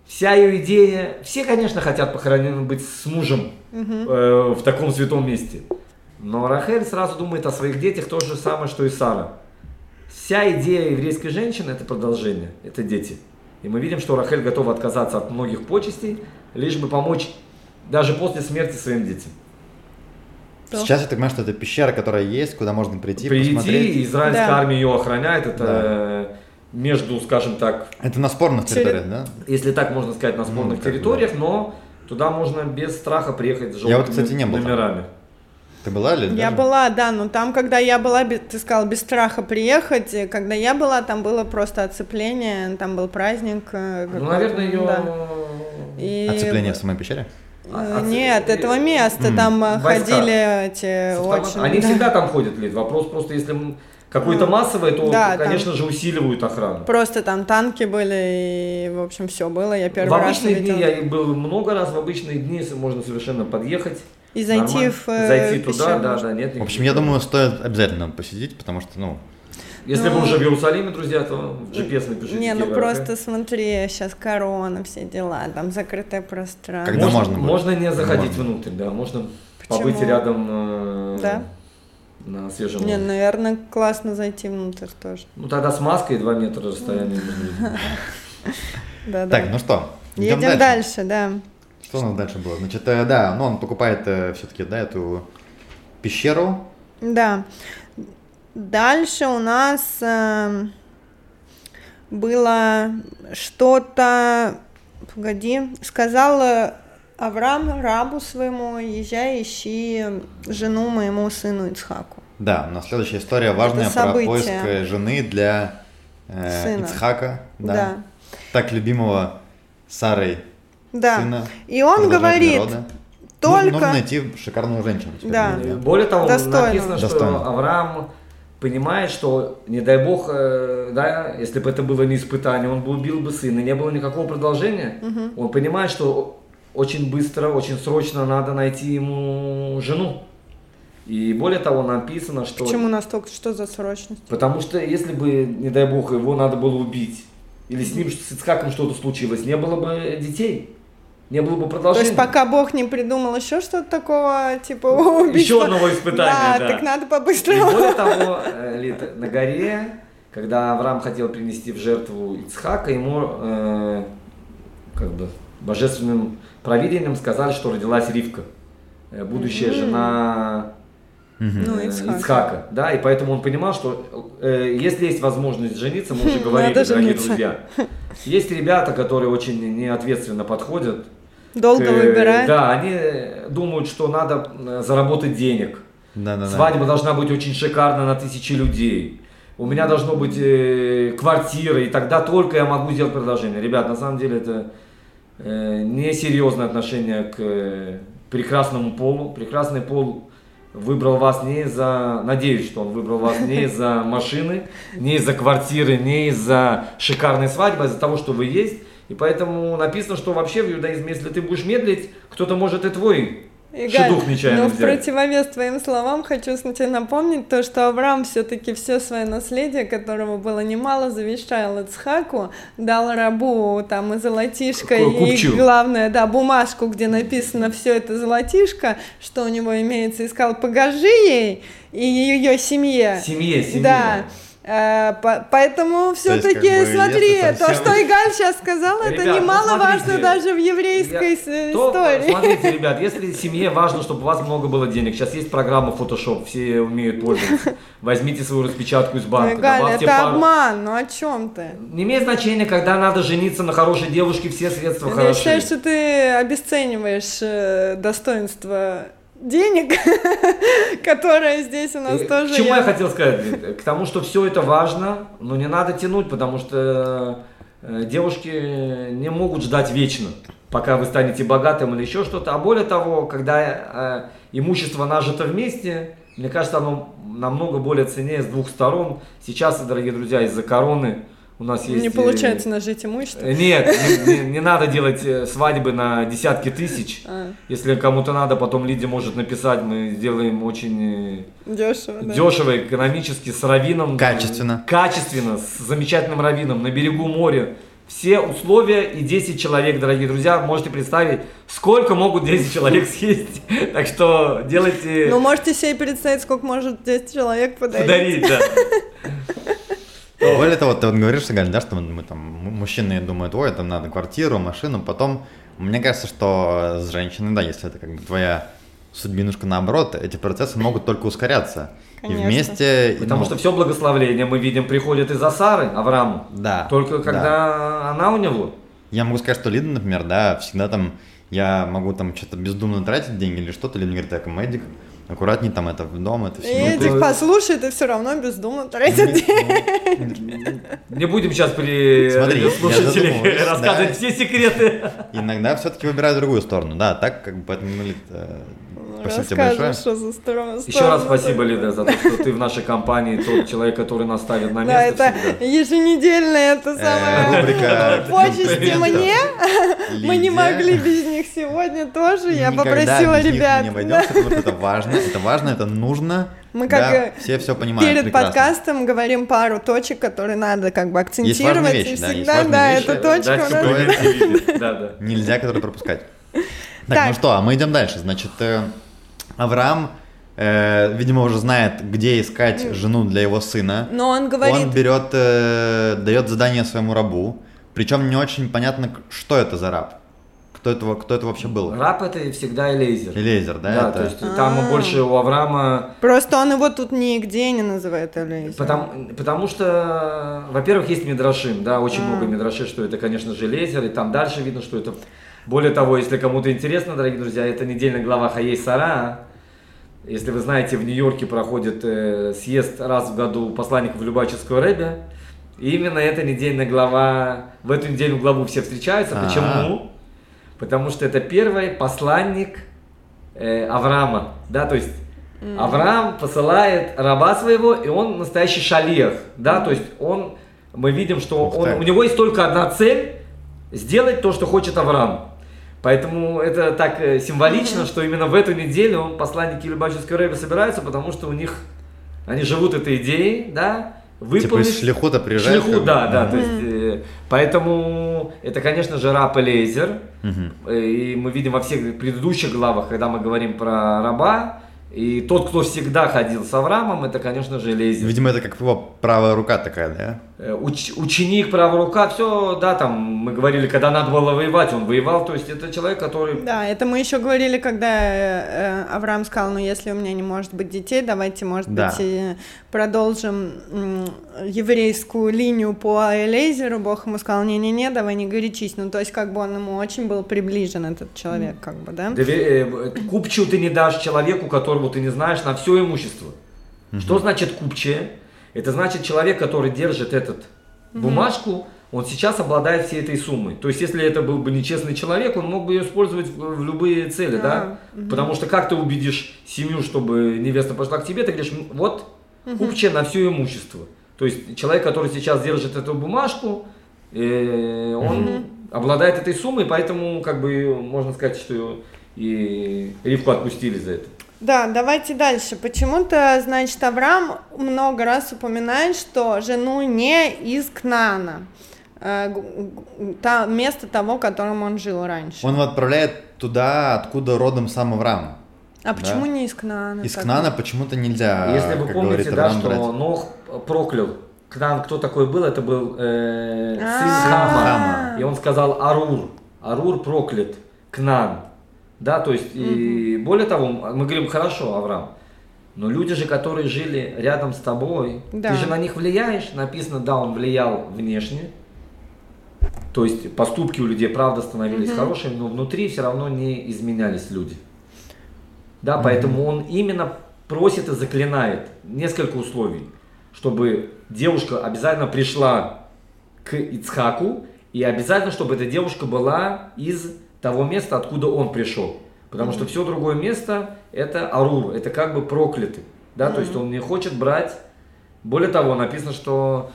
вся ее идея, все, конечно, хотят похоронены быть с мужем в таком святом месте. Но Рахель сразу думает о своих детях то же самое, что и Сара. Вся идея еврейской женщины – это продолжение, это дети. И мы видим, что Рахель готова отказаться от многих почестей, лишь бы помочь даже после смерти своим детям. Сейчас я так понимаю, что это пещера, которая есть, куда можно прийти, посмотреть. Израильская армия ее охраняет, это между, скажем так... Это на спорных территориях, да? Если так можно сказать, на спорных территориях, но туда можно без страха приехать с желтыми вот, кстати, не был номерами. Там. Ты была ли? Я была, да, но там, когда я была, ты сказал, без страха приехать, когда я была, там было просто оцепление, там был праздник. Ну, наверное, ее... Да. И... Оцепление в самой пещере? Нет, этого места, там ходили эти очень... Они всегда там ходят, Лид, вопрос просто, если какой-то массовый, то, конечно же, усиливают охрану. Просто там танки были, и, в общем, все было, я первый раз увидела. В обычные дни, я был много раз, в обычные дни можно совершенно подъехать. И зайти зайти туда, да, нет. В общем, я думаю, стоит обязательно посетить, потому что, если вы уже в Иерусалиме, друзья, то в GPS напишите. Не, просто смотри, сейчас корона, все дела, там закрытое пространство. Когда можно не заходить внутрь, да, можно побыть рядом на свежем воздухе. Не, наверное, классно зайти внутрь тоже. Ну тогда с маской 2 метра расстояния. Так, ну что, едем дальше, да. Что у нас дальше было? Значит, да, он покупает все-таки, эту пещеру. Да. Дальше у нас было что-то, сказал Авраам рабу своему: езжай, ищи жену моему сыну Ицхаку. Да, у нас следующая история важная про поиск жены для Ицхака, да. Так любимого Сарой сына. И он говорит, только... Нужно найти шикарную женщину. Да. Более того, написано, что Авраам понимает, что, не дай бог, если бы это было не испытание, он бы убил бы сына, не было никакого продолжения. Он понимает, что очень быстро, очень срочно надо найти ему жену. И более того, написано, что... Почему настолько, что за срочность? Потому что если бы, не дай бог, его надо было убить, или с ним, с Ицхаком что-то случилось, не было бы детей. Не было бы продолжения. То есть пока Бог не придумал еще что-то такого, типа убийства. Еще одного испытания, да. Так надо побыстрее. И более того, на горе, когда Авраам хотел принести в жертву Ицхака, ему божественным провидением сказали, что родилась Ривка, будущая жена Ицхака. Да, и поэтому он понимал, что если есть возможность жениться, мы уже говорили, дорогие друзья, есть ребята, которые очень неответственно подходят. Долго выбирают. Да, они думают, что надо заработать денег. Свадьба должна быть очень шикарна на 1000 людей. У меня должно быть квартира, и тогда только я могу сделать предложение. Ребят, на самом деле это несерьезное отношение к прекрасному полу. Прекрасный пол выбрал вас не из-за, надеюсь, что он выбрал вас не из-за машины, не из-за квартиры, не из-за шикарной свадьбы, а из-за того, что вы есть. И поэтому написано, что вообще в иудаизме, если ты будешь медлить, кто-то может и твой шедух нечаянно взять. Но в противовес твоим словам хочу тебе напомнить то, что Авраам все-таки все свое наследие, которого было немало, завещал Ицхаку, дал рабу там и золотишко, и главное, бумажку, где написано все это золотишко, что у него имеется, и сказал: покажи ей и ее семье. Семье. Да. Поэтому все-таки смотри, то, что Игаль сейчас сказал, это немаловажно даже в еврейской истории. Смотрите, ребят, если семье важно, чтобы у вас много было денег, сейчас есть программа Photoshop, все умеют пользоваться. Возьмите свою распечатку из банка. Игаль, это обман, ну о чем ты? Не имеет значения, когда надо жениться на хорошей девушке, все средства хороши. Я считаю, что ты обесцениваешь достоинство денег, которые здесь у нас тоже. К чему я хотел сказать? К тому, что все это важно, но не надо тянуть, потому что девушки не могут ждать вечно, пока вы станете богатым или еще что-то. А более того, когда имущество нажито вместе, мне кажется, оно намного более ценнее с двух сторон. Сейчас, дорогие друзья, из-за короны у нас есть... Не получается нажить имущество? Нет, не надо делать свадьбы на десятки тысяч. Если кому-то надо, потом Лидия может написать, мы сделаем очень дешево, экономически, с раввином. Качественно, с замечательным раввином на берегу моря. все условия и 10 человек, дорогие друзья, можете представить, сколько могут 10 человек съесть. Так что делайте... Ну, можете себе представить, сколько может 10 человек подарить. Подарить, да. Более того, ты вот говоришь, Галь, да, что мы там, мужчины думают, ой, там надо квартиру, машину, потом, мне кажется, что с женщиной, да, если это как бы твоя судьбинушка, наоборот, эти процессы могут только ускоряться. Конечно. И вместе... Потому что все благословление, мы видим, приходит из-за Сары, Аврааму. Да. Только когда она у него. Я могу сказать, что Лида, например, да, всегда там, я могу там что-то бездумно тратить деньги или что-то, Лида говорит, так, Мэдик, аккуратней там это в дом, это все. Эдик послушает и все равно бездумно тратит деньги. Не будем сейчас при Смотри, слушателях я задумываюсь, рассказывать да. все секреты. Иногда все-таки выбираю другую сторону, да, так как бы, поэтому, Лид, спасибо тебе большое. Расскажешь, что за сторону. Еще раз спасибо, Лида, за то, что ты в нашей компании тот человек, который нас ставит на Да, место это всегда. еженедельная это самая Рубрика почести мне. Мы не Лидия. могли без них сегодня тоже. Я Никогда попросила без них мы ребят. не обойдемся, потому что это важно, это нужно. Мы да, как все понимают перед прекрасно. подкастом говорим пару точек, которые надо как бы акцентировать. важные И вещи, да, есть всегда, важные да, вещи. эта точка Дать у нас. комплименты Лиде. Да, да. Нельзя, которые пропускать. Так, Так. ну что, а мы идем дальше. Значит, Авраам, видимо, уже знает, где искать жену для его сына. Но он говорит, Он берет, дает задание своему рабу. Причем не очень понятно, что это за раб. Кто это вообще был? Раб это всегда Элейзер. Элейзер, да? Да, это... то есть там больше у Авраама... просто он его тут нигде не называет Элейзером. Потому что, во-первых, есть Мидрашим, да, очень много Мидрашей, что это, конечно же, Элейзер, и там дальше видно, что это... Более того, если кому-то интересно, дорогие друзья, это недельная глава Хаей Сара. Если вы знаете, в Нью-Йорке проходит съезд раз в году посланников Любавического Ребе. И именно эта недельная глава, в эту недельную главу все встречаются. Почему? Потому что это первый посланник Авраама. Да, то есть Авраам посылает раба своего, и он настоящий шалиах. Да, то есть мы видим, что у него есть только одна цель – сделать то, что хочет Авраам. Поэтому это так символично, что именно в эту неделю посланники Любавического Ребе собираются, потому что они живут этой идеей, да, выполнить... Типа из шлихута приезжают? Шлихут, да, то есть, поэтому это, конечно же, раб Элейзер, и мы видим во всех предыдущих главах, когда мы говорим про раба, и тот, кто всегда ходил с Авраамом, это, конечно же, Элейзер. Видимо, это как его правая рука такая, да? Ученик, правая рука, все, да, там мы говорили, когда надо было воевать, он воевал, то есть это человек, который... Да, это мы еще говорили, когда Авраам сказал, ну если у меня не может быть детей, давайте, может быть, продолжим еврейскую линию по Элейзеру. Бог ему сказал, не-не-не, давай не горячись. Ну, то есть, как бы он ему очень был приближен, этот человек, как бы, да? Купчу ты не дашь человеку, которому ты не знаешь, на все имущество. Что значит купче? Это значит человек, который держит эту бумажку, он сейчас обладает всей этой суммой. То есть, если это был бы нечестный человек, он мог бы ее использовать в любые цели, да? Потому что как ты убедишь семью, чтобы невеста пошла к тебе, ты говоришь, вот купче на все имущество. То есть, человек, который сейчас держит эту бумажку, он обладает этой суммой, поэтому, как бы, можно сказать, что и Ривку отпустили за это. Да, давайте дальше. Почему-то, значит, Авраам много раз упоминает, что жену не из Кнаана, место того, в котором он жил раньше. Он его отправляет туда, откуда родом сам Авраам. А почему не из Кнаана? Из Кнаана почему-то нельзя. Если вы как помните, говорит да, Авраам, что брать. Нох проклял Кнаан, кто такой был? Это был сын А-а-а. Хама. И он сказал Арур проклят Кнаан. Да, то есть, и более того, мы говорим, хорошо, Авраам, но люди же, которые жили рядом с тобой, Да. ты же на них влияешь, написано, да, он влиял внешне, то есть поступки у людей, правда, становились хорошими, но внутри все равно не изменялись люди. Да, поэтому он именно просит и заклинает несколько условий, чтобы девушка обязательно пришла к Ицхаку, и обязательно, чтобы эта девушка была из того места, откуда он пришел. Потому что все другое место это Арур, это как бы проклятый. Да? То есть он не хочет брать. Более того, написано, что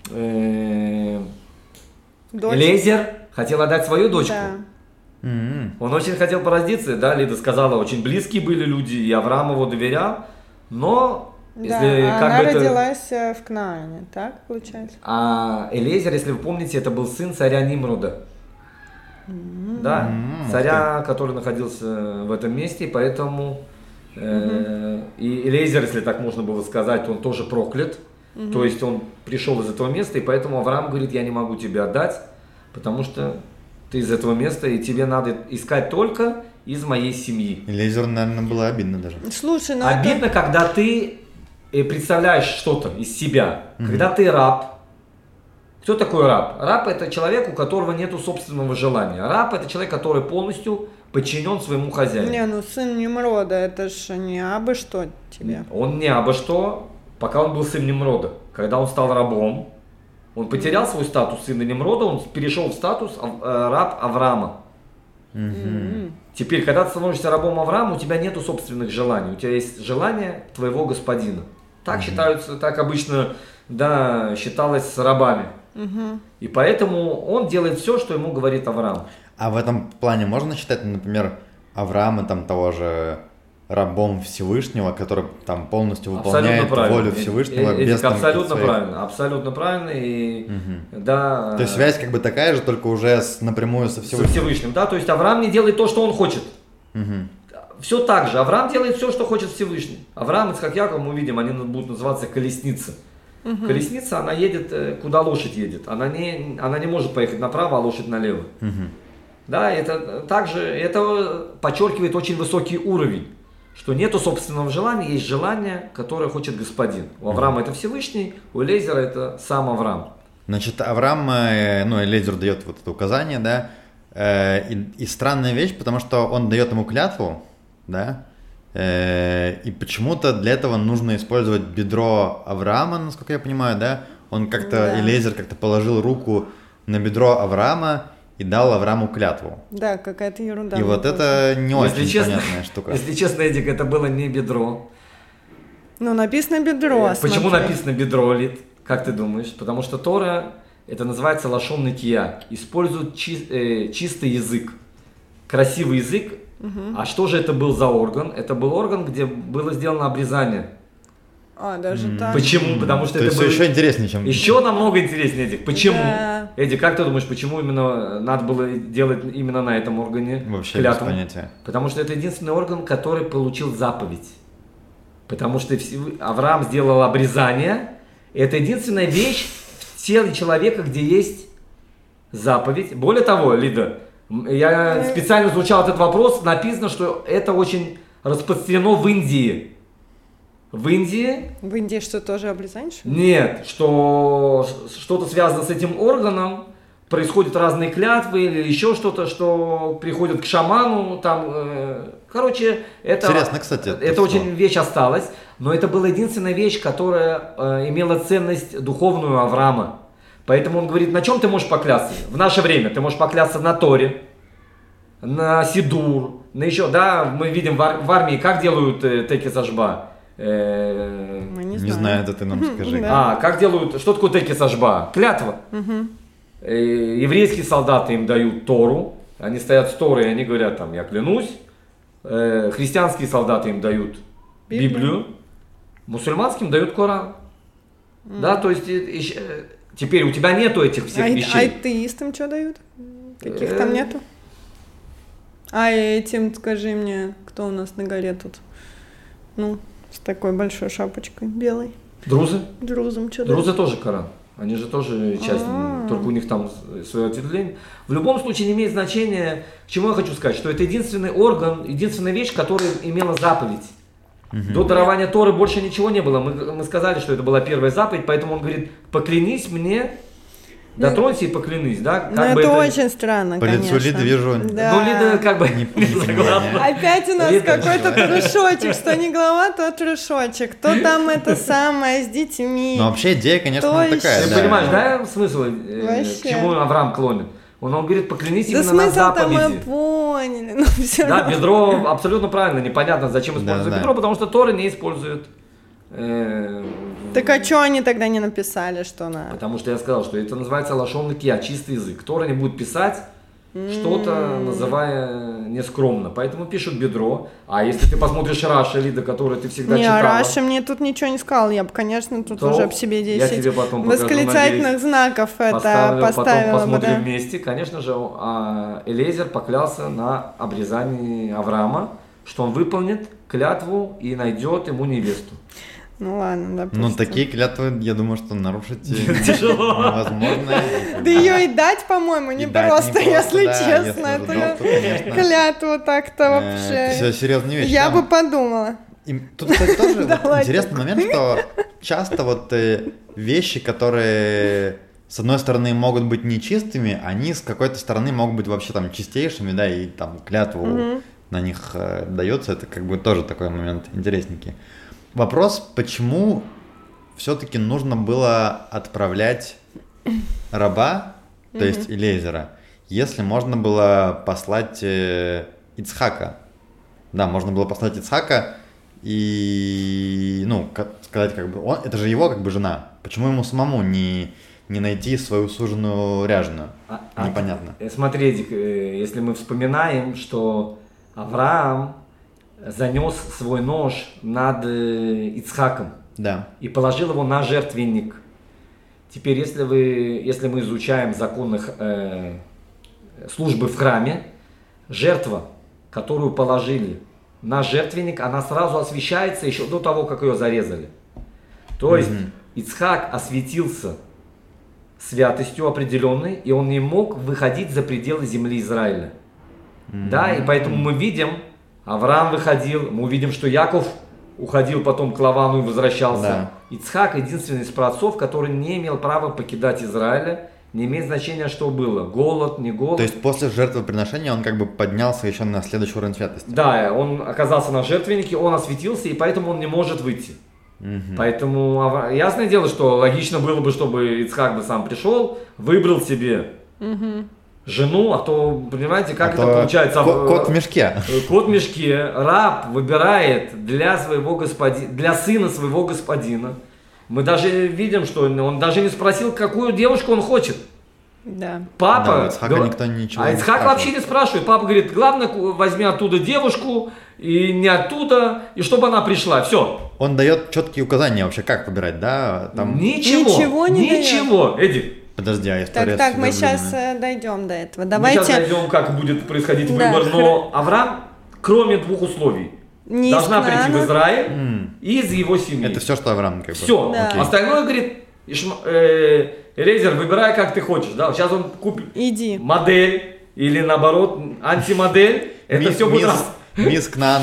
Элейзер хотел отдать свою дочку. Да. Он очень хотел породиться, да, Лида сказала, очень близкие были люди, и Авраам его доверял, но Да, Если как она бы это- родилась в Кнаане, так получается? А Элейзер, если вы помните, это был сын царя Нимрода. Да, Ух царя, который находился в этом месте, и поэтому и Элейзер, если так можно было сказать, он тоже проклят. То есть он пришел из этого места, и поэтому Авраам говорит, я не могу тебе отдать, потому что ты из этого места, и тебе надо искать только из моей семьи. Лейзеру, наверное, было обидно даже. Слушай, ну Обидно, когда ты представляешь что-то из себя, когда ты раб. Кто такой раб? Раб – это человек, у которого нет собственного желания. Раб – это человек, который полностью подчинен своему хозяину. Не, ну сын Немрода, это ж не абы что тебе. Он не абы что, пока он был сыном Немрода. Когда он стал рабом, он потерял свой статус сына Немрода, он перешел в статус раб Авраама. Теперь, когда ты становишься рабом Авраама, у тебя нету собственных желаний, у тебя есть желание твоего господина. Так считаются, так обычно, да, считалось с рабами. И поэтому он делает все, что ему говорит Авраам. А в этом плане можно считать, например, Авраама там того же рабом Всевышнего, который там полностью выполняет волю Всевышнего без там абсолютно своих... правильно, абсолютно правильно. И, да, То есть связь как бы такая же, только уже напрямую со Всевышним. со Всевышним, да, то есть Авраам не делает то, что он хочет. Все так же, Авраам делает все, что хочет Всевышний. Авраам, Ицхак, Яков, мы видим, они будут называться колесница. Колесница, она едет, куда лошадь едет. Она не может поехать направо, а лошадь налево. Да, это также, это подчеркивает очень высокий уровень, что нету собственного желания, есть желание, которое хочет господин. У Авраама это Всевышний, у Элейзера это сам Авраам. Значит, Авраам, ну, Элейзер дает вот это указание, да, и странная вещь, потому что он дает ему клятву, да, и почему-то для этого нужно использовать бедро Авраама, насколько я понимаю, да, он как-то, Элейзер как-то положил руку на бедро Авраама и дал Аврааму клятву. Да, какая-то ерунда. И вот это не очень понятная штука. Если честно, Эдик, это было не бедро. Ну, написано бедро. Почему смотри. написано бедро, Лид? Как ты думаешь? Потому что Тора, это называется лашон накия, использует чистый язык, красивый язык. А что же это был за орган? Это был орган, где было сделано обрезание. А, даже так? Почему? Потому что То это есть было... еще интереснее, чем... Еще намного интереснее, Эдик. Почему? Да. Эдик, как ты думаешь, почему именно надо было делать именно на этом органе Вообще клятву? без понятия. Потому что это единственный орган, который получил заповедь. Потому что Авраам сделал обрезание. Это единственная вещь в теле человека, где есть заповедь. Более того, Лида, я специально изучал этот вопрос, написано, что это очень распространено в Индии. В Индии? В Индии что, тоже обрезание? что ли? Нет, что что-то связано с этим органом, происходят разные клятвы или еще что-то, что приходит к шаману, там, короче, это, Интересно, кстати, это это очень что? вещь осталась, но это была единственная вещь, которая имела ценность духовную Авраама. Поэтому он говорит, на чем ты можешь поклясться? В наше время ты можешь поклясться на Торе, на Сидур, на еще, да, мы видим в армии, как делают текес ашба. Мы не Не знаю, это ты нам скажи. Да. Как делают, что такое текес ашба? Клятва. Еврейские солдаты им дают Тору, они стоят с Торой, и они говорят, там, я клянусь. Христианские солдаты им дают Библию, мусульманским дают Коран. Да, то есть теперь у тебя нету этих всех вещей. Атеистам что дают? Каких там нету? А этим, скажи мне, кто у нас на горе тут? Ну, с такой большой шапочкой белой. Друзы? Друзам что Друзы тоже Коран. Они же тоже часть, только у них там свое ответвление. В любом случае не имеет значения, к чему я хочу сказать, что это единственный орган, единственная вещь, которая имела заповедь. До дарования Торы больше ничего не было. Мы сказали, что это была первая заповедь, поэтому он говорит, поклянись мне, дотронься и поклянись, да? Ну, это очень странно, По конечно. лицу Лиды вижу... Да. Ну, Лида как бы не непонимание. согласна. Опять у нас Лида, какой-то трешочек, что не глава, то трешочек. То там это самое с детьми. Но вообще идея, конечно, То такая, еще. Ты да. понимаешь, да, смысл, Вообще. к чему Авраам клонит? Он говорит, поклянись Да именно на смысл-то мы заповеди. поняли, но все Да, равно. бедро абсолютно правильно, непонятно, зачем используют Да. бедро, потому что Тора не использует. Так а что они тогда не написали, что на... Потому что я сказал, что это называется лашон накия, чистый язык. Тора не будет писать что-то называя нескромно. Поэтому пишут бедро. А если ты посмотришь Раша, Лида, который ты всегда читала... Раша мне тут ничего не сказал. Я бы, конечно, тут уже об себе 10 я тебе потом покажу, восклицательных знаков это поставила. Потом посмотрим да. вместе. Конечно же, Элиэзер поклялся на обрезании Авраама, что он выполнит клятву и найдет ему невесту. Ну ладно, допустим. Ну такие клятвы, я думаю, что нарушить невозможно. Да ее и дать, по-моему, не просто, если честно. Это клятву так-то вообще. Все серьезные вещи. Я бы подумала. Тут, кстати, тоже интересный момент, что часто вот вещи, которые с одной стороны могут быть нечистыми, они с какой-то стороны могут быть вообще там чистейшими, да, и там клятву на них дается, это как бы тоже такой момент интересненький. Вопрос, почему все-таки нужно было отправлять раба, то есть Элиэзера, если можно было послать Ицхака. Да, можно было послать Ицхака и, ну, сказать, как бы, это же его как бы жена. Почему ему самому не найти свою суженую ряженую? Непонятно. Смотри, Эдик, если мы вспоминаем, что Авраам занес свой нож над Ицхаком, да, и положил его на жертвенник. Теперь, если мы изучаем законы службы в храме, жертва, которую положили на жертвенник, она сразу освещается еще до того, как ее зарезали. То есть Ицхак осветился святостью определенной, и он не мог выходить за пределы земли Израиля. Да, и поэтому мы видим, Авраам выходил, мы увидим, что Яков уходил потом к Лавану и возвращался. Да. Ицхак единственный из праотцов, который не имел права покидать Израиля, не имеет значения, что было, голод, не голод. То есть после жертвоприношения он как бы поднялся еще на следующий уровень святости. Да, он оказался на жертвеннике, он осветился, и поэтому он не может выйти. Поэтому ясное дело, что логично было бы, чтобы Ицхак бы сам пришел, выбрал себе жену, а то, понимаете, как это получается? Кот в мешке. Кот в мешке. Раб выбирает для своего господина, для сына своего господина. Мы даже видим, что он даже не спросил, какую девушку он хочет. Да. Папа. Да, Ицхака никто ничего не Ицхак вообще не спрашивает. Папа говорит, главное, возьми оттуда девушку, и не оттуда, и чтобы она пришла. Все. Он дает четкие указания вообще, как выбирать, да? Там... Ничего не дает. Эдик. Подожди, а история Так, мы сейчас дойдем до этого. Давайте. Мы сейчас дойдем, как будет происходить выбор, но Авраам, кроме двух условий, должна прийти в Израиль из его семьи. Это все, что Авраам как бы. Все. Да. Остальное, говорит, Элиэзер, выбирай, как ты хочешь. Да? Сейчас он купит модель или, наоборот, антимодель. Это все будет... Мисс Кнан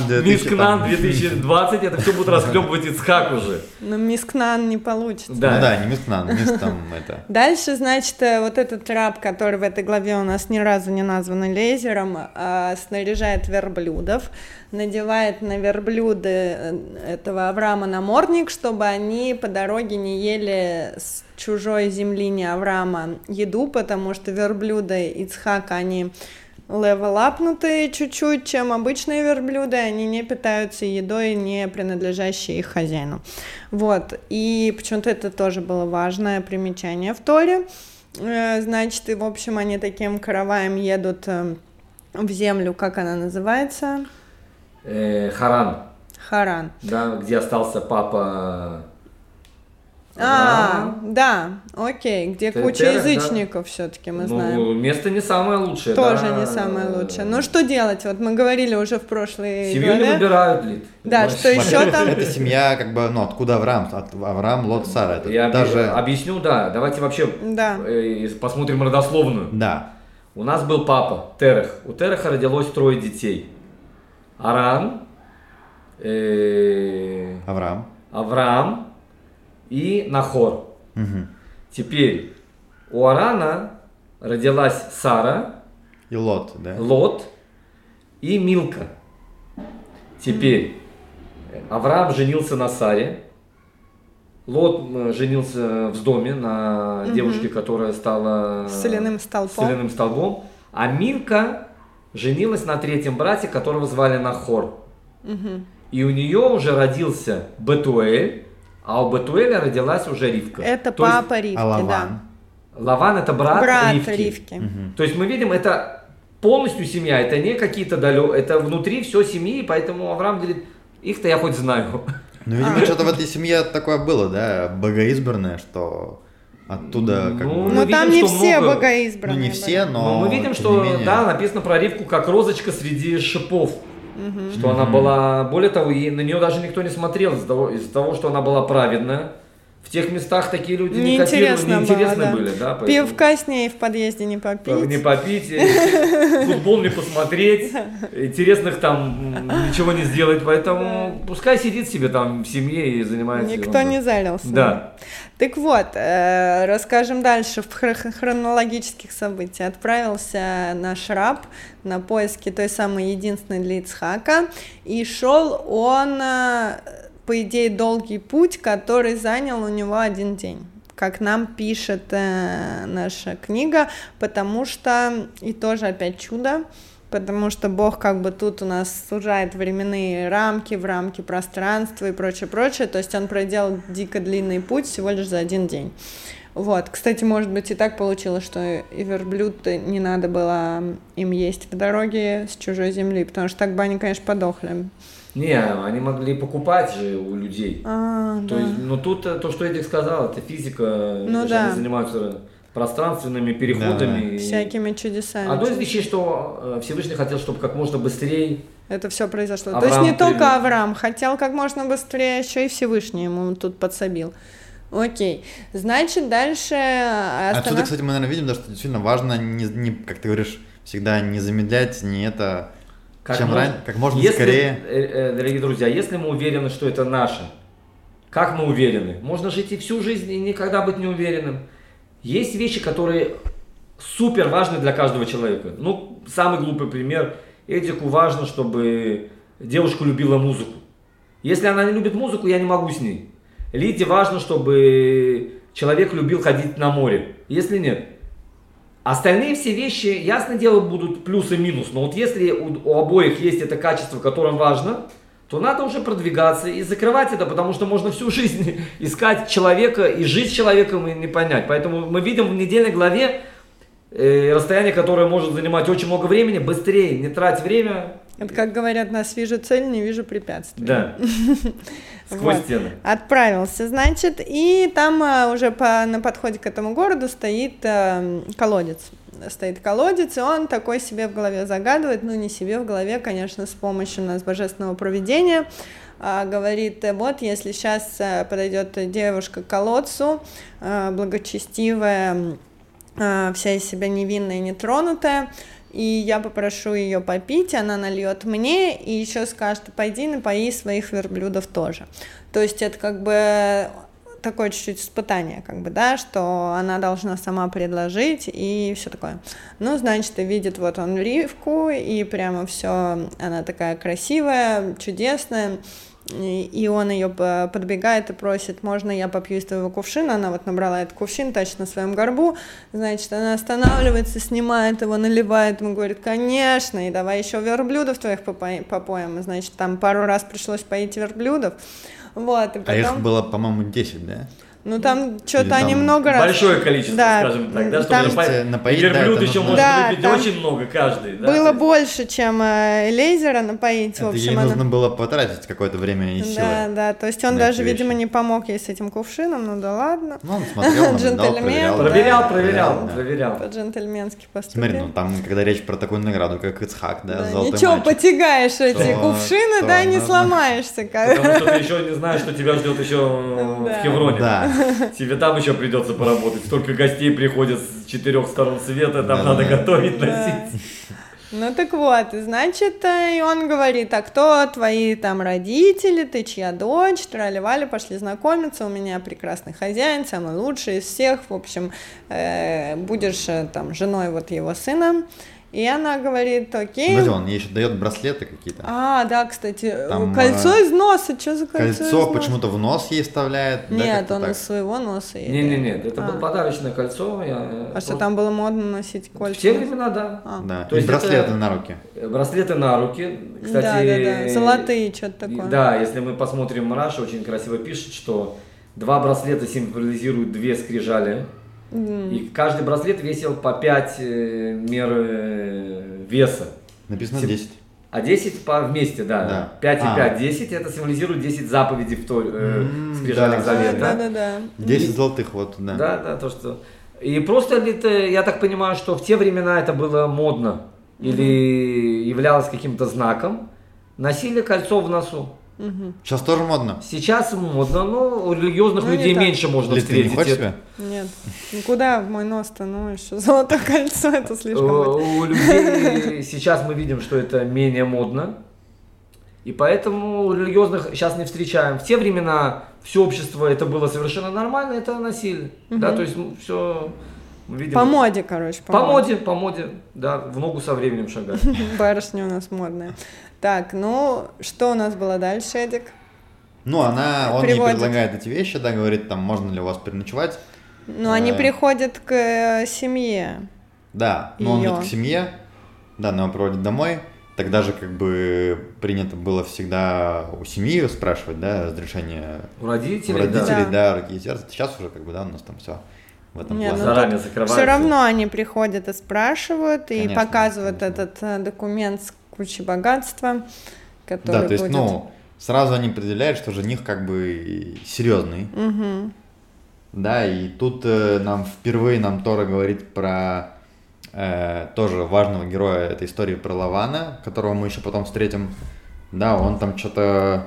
2020, это все будет расхлебывать Ицхак уже. Но Мисс Кнан не получится. Да. Ну да, не Мисс Кнан, Мисс там это. Дальше, значит, вот этот раб, который в этой главе у нас ни разу не назван Элиэзером, снаряжает верблюдов, надевает на верблюды этого Авраама намордник, чтобы они по дороге не ели с чужой земли, не Авраама, еду, потому что верблюды Ицхака, они... левелапнутые чуть-чуть, чем обычные верблюды, они не питаются едой, не принадлежащей их хозяину. Вот, и почему-то это тоже было важное примечание в Торе. Значит, и в общем они таким караваем едут в землю, как она называется? Харан. Да, где остался папа... да, окей, где куча язычников, да? Все-таки мы знаем. Место не самое лучшее. Тоже не самое лучшее. Ну что делать? Вот мы говорили уже в прошлой Семью не выбирают, Лид. Да, что еще там? Это семья, как бы, ну, откуда Авраам? Авраам, Лот, Сара. Я объясню, да. Давайте вообще посмотрим родословную. Да. У нас был папа, Терех. У Тереха родилось 3 детей. Аран, Авраам и Нахор. Теперь у Арана родилась Сара, и Лот, да? Лот и Милка. Теперь Авраам женился на Саре, Лот женился в доме на девушке, которая стала соляным столбом, а Милка женилась на 3-м брате, которого звали Нахор. И у нее уже родился Бетуэль, а у Бетуэля родилась уже Ривка. Это папа Ривки, Лаван. да. Лаван это брат Ривки. Ривки. То есть мы видим, это полностью семья, это не какие-то далекие, это внутри все семьи, поэтому Авраам говорит, их-то я хоть знаю. Ну, видимо, что-то в этой семье такое было, да, богоизбранное, что оттуда как бы... Ну, там не все богоизбранные. Ну, не все, но... мы видим, что, да, написано про Ривку как розочка среди шипов. Что она была, более того, и на нее даже никто не смотрел из-за того, что она была праведная. В тех местах такие люди неинтересны были, да, поэтому... Пивка с ней в подъезде не попить. Не попить, футбол не посмотреть, интересных там ничего не сделать, поэтому пускай сидит себе там в семье и занимается. Никто не залился. Да. Так вот, расскажем дальше в хронологических событиях. Отправился наш раб на поиски той самой единственной для Ицхака, и шел он... по идее, долгий путь, который занял у него 1 день, как нам пишет наша книга, потому что, и тоже опять чудо, потому что Бог как бы тут у нас сужает временные рамки, в рамки пространства и прочее, то есть он проделал дико длинный путь всего лишь за 1 день. Вот, кстати, может быть и так получилось, что и верблюд не надо было им есть в дороге с чужой земли, потому что так бы они, конечно, подохли. Не, они могли покупать же у людей. То есть, но тут то, что Эдик сказал, это физика, они занимаются пространственными переходами. Всякими чудесами. Одно из вещей, что Всевышний хотел, чтобы как можно быстрее это все произошло. Авраам, то есть не только Авраам хотел как можно быстрее, еще и Всевышний ему тут подсобил. Окей, значит, дальше... Отсюда, кстати, мы, наверное, видим, что действительно важно, не, как ты говоришь, всегда не замедлять, не это... Как можно скорее. Дорогие друзья, если мы уверены, что это наше, как мы уверены? Можно жить и всю жизнь и никогда быть не уверенным. Есть вещи, которые супер важны для каждого человека. Ну, самый глупый пример. Эдику важно, чтобы девушка любила музыку. Если она не любит музыку, я не могу с ней. Лиде важно, чтобы человек любил ходить на море. Если нет. Остальные все вещи, ясное дело, будут плюс и минус. Но вот если у обоих есть это качество, которое важно, то надо уже продвигаться и закрывать это, потому что можно всю жизнь искать человека и жить с человеком и не понять. Поэтому мы видим в недельной главе расстояние, которое может занимать очень много времени, быстрее, не трать время. Это как говорят, нас вижу цель, не вижу препятствий. Да, сквозь стены. Отправился, значит, и там уже на подходе к этому городу стоит колодец. Стоит колодец, и он такой себе в голове загадывает, ну не себе в голове, конечно, с помощью у нас божественного провидения, говорит, вот если сейчас подойдет девушка к колодцу, благочестивая, вся из себя невинная и нетронутая, и я попрошу ее попить, она нальет мне, и еще скажет, пойди напои своих верблюдов тоже. То есть это как бы такое чуть-чуть испытание, как бы, да, что она должна сама предложить и все такое. Ну, значит, видит вот он Ривку, и прямо все, она такая красивая, чудесная, и он ее подбегает и просит, можно я попью из твоего кувшина? Она вот набрала этот кувшин, тащит на своем горбу, значит, она останавливается, снимает его, наливает, ему говорит, конечно, и давай еще верблюдов твоих попоем, и, значит, там пару раз пришлось поить верблюдов, вот, и потом... А их было, по-моему, 10, да? Ну, там что-то они много раз... Большое количество, да, скажем так, да, чтобы напоить, верблюд да, еще нужно... может выпить очень много каждый. Да? Было больше, чем Элейзера напоить, это в общем. Ей нужно было потратить какое-то время и силы. Да, то есть он даже, видимо, не помог ей с этим кувшином, ну да ладно. Ну, он смотрел, наблюдал, проверял. По-джентльменски поступил. Смотри, ну там, когда речь про такую награду, как Ицхак, да, золотой ничего, мальчик. потягаешь эти кувшины, да, не сломаешься. Потому что ты еще не знаешь, что тебя ждет еще в Хевроне. Да. Тебе там еще придется поработать. Столько гостей приходят с 4 сторон света, там надо готовить, носить. Ну так вот, значит, и он говорит, а кто твои там родители, ты чья дочь, трали-вали, пошли знакомиться, у меня прекрасный хозяин, самый лучший из всех, в общем, будешь там женой вот его сына. И она говорит, окей. Смотри, он ей еще дает браслеты какие-то. А, да, кстати, там, кольцо из носа, что за кольцо из носа? Кольцо почему-то в нос ей вставляет. Нет, да, он так. из своего носа ей. Нет, это было подарочное кольцо. Что там было модно носить кольца? В те времена, да. Да. То есть браслеты на руки. Браслеты на руки. Кстати, да, золотые, что-то такое. Да, если мы посмотрим, Раша очень красиво пишет, что 2 браслета символизируют 2 скрижали. И каждый браслет весил по 5 мер веса. Написано 10. А 10 вместе, да. 5 и 5, 10, это символизирует 10 заповедей в скрижалях завета. Да. 10 золотых, вот, да. Да, то, что... И просто я так понимаю, что в те времена это было модно или являлось каким-то знаком. Носили кольцо в носу. Сейчас тоже модно. Сейчас модно, но у религиозных людей меньше можно Лиз, встретить. ты не хочешь себе? Нет. Никуда в мой нос-то, ну еще золотое кольцо, это слишком. У людей сейчас мы видим, что это менее модно. И поэтому у религиозных сейчас не встречаем. В те времена все общество это было совершенно нормально, это носили. Да, то есть все мы видим. По моде, короче. По моде, да, в ногу со временем шагать. Барышня у нас модная. Так, ну, что у нас было дальше, Эдик? Ну, он ей предлагает эти вещи, да, говорит, там, можно ли у вас переночевать. Ну, они приходят к семье. Да, но он идет к семье, да, но его проводит домой. Тогда же, как бы, принято было всегда у семьи спрашивать, да, разрешение. У родителей, да, руки и сердца. Сейчас уже, как бы, да, у нас там все в этом плане. Заранее закрывается. Все равно они приходят и спрашивают, и показывают этот документ с кучей богатства, который да, то есть, сразу они определяют, что жених как бы серьезный. Да, и тут впервые нам Тора говорит про тоже важного героя этой истории, про Лавана, которого мы еще потом встретим. Да, он там что-то...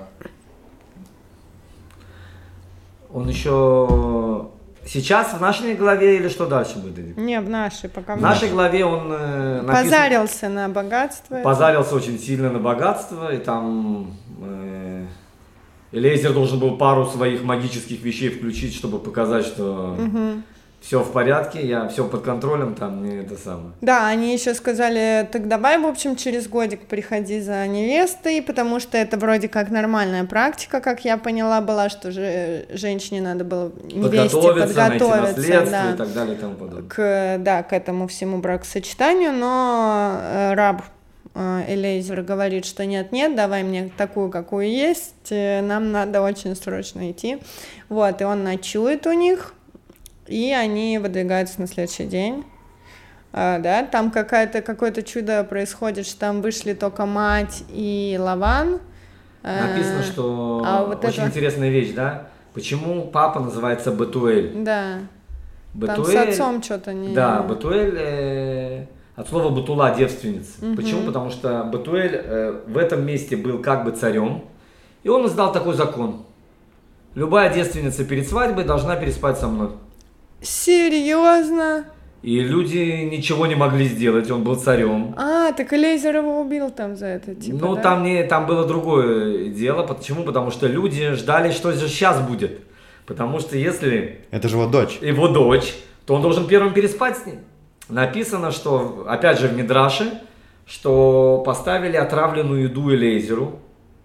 Он еще... Сейчас в нашей главе или что дальше будет? Не, в нашей, пока в нашей главе он позарился на богатство. Позарился очень сильно на богатство, и там Элиэзер должен был пару своих магических вещей включить, чтобы показать, что все в порядке, все под контролем, там не это самое. Да, они еще сказали, так давай, в общем, через годик приходи за невестой, потому что это вроде как нормальная практика, как я поняла, была, что же женщине надо было невесте подготовиться, да, и так далее и тому подобное. К этому всему бракосочетанию, но раб Элиэзер говорит, что нет, давай мне такую, какую есть, нам надо очень срочно идти. Вот, и он ночует у них. И они выдвигаются на следующий день. Да, там какое-то чудо происходит, что там вышли только мать и Лаван. Написано, что очень интересная вещь, да? Почему папа называется Бетуэль? Да. Бетуэль, там с отцом что-то не... Да, Бетуэль от слова Бетула, девственница. Почему? Потому что Бетуэль в этом месте был как бы царем, и он издал такой закон. Любая девственница перед свадьбой должна переспать со мной. Серьезно? И люди ничего не могли сделать, он был царем. Так Элиэзер его убил там за это, типа, Ну, да? там было другое дело. Почему? Потому что люди ждали, что же сейчас будет. Потому что если... Это же его дочь. Его дочь, то он должен первым переспать с ней. Написано, что, опять же в Мидраше, что поставили отравленную еду Элиэзеру.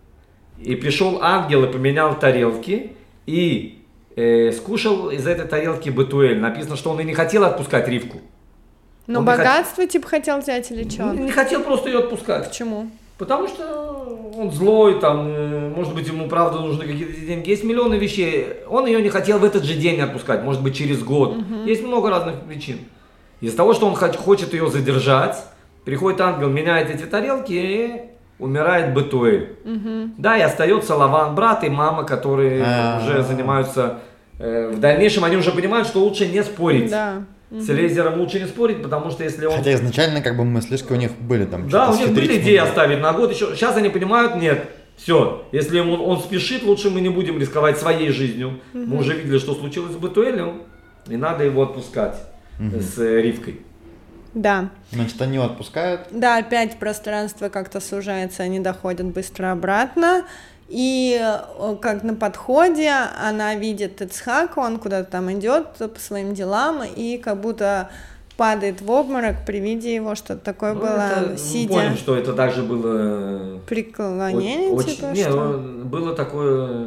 И пришел ангел и поменял тарелки. И... скушал из этой тарелки Бетуэль. Написано, что он и не хотел отпускать Ривку. Но он богатство типа хотел взять или что? Не хотел просто ее отпускать. Почему? Потому что он злой, там, может быть, ему правда нужны какие-то деньги. Есть миллионы вещей. Он ее не хотел в этот же день отпускать, может быть, через год. Есть много разных причин. Из-за того, что он хочет ее задержать, приходит ангел, меняет эти тарелки и умирает Бетуэль. Да, и остается Лаван, брат и мама, которые уже занимаются... в дальнейшем они уже понимают, что лучше не спорить. Да. С Элиэзером лучше не спорить, потому что если он... Хотя изначально как бы мыслишки у них были там. Да, у них были идеи оставить на год еще. Сейчас они понимают, нет, все, если он спешит, лучше мы не будем рисковать своей жизнью. Мы уже видели, что случилось с Бетуэлем, и надо его отпускать с Ривкой. Да. Значит, они его отпускают. Да, опять пространство как-то сужается, они доходят быстро обратно. И как на подходе она видит Ицхака, он куда-то там идет по своим делам и как будто падает в обморок при виде его, что-то такое было, сидя. Мы поняли, что это также было... Преклонение, типа, нет, что? Было такое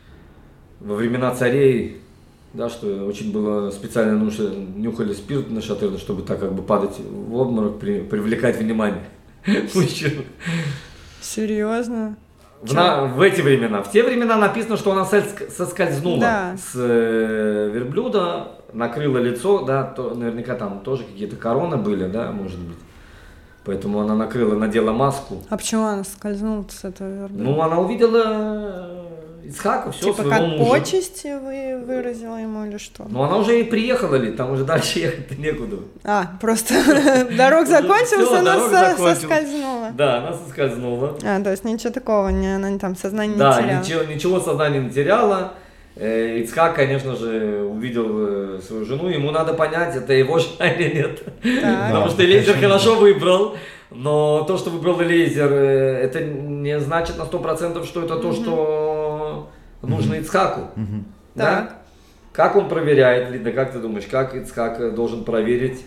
во времена царей, да, что очень было специально нюхали спирт на шатыры, чтобы так как бы падать в обморок, привлекать внимание мужчин. Серьезно? В эти времена. В те времена написано, что она соскользнула с верблюда, накрыло лицо, да, то наверняка там тоже какие-то короны были, да, может быть. Поэтому она надела маску. А почему она скользнула с этого верблюда? Ну, она увидела Ицхака, все, типа своего как мужа. почести выразила ему или что? Ну, она уже и приехала ли, там уже дальше ехать-то некуда. Просто дорог закончился, Всё, она дорога закончилась. соскользнула. Да, она соскользнула. То есть ничего такого, она там сознание не Да, теряла. ничего сознания не теряла. Ицхак, конечно же, увидел свою жену, ему надо понять, это его жена или нет. Так. Потому что Элейзер хорошо выбрал, но то, что выбрал Элейзер, это не значит на 100%, что это то, что нужно Ицхаку. Да? Так. Как он проверяет, Лида, как ты думаешь, как Ицхак должен проверить,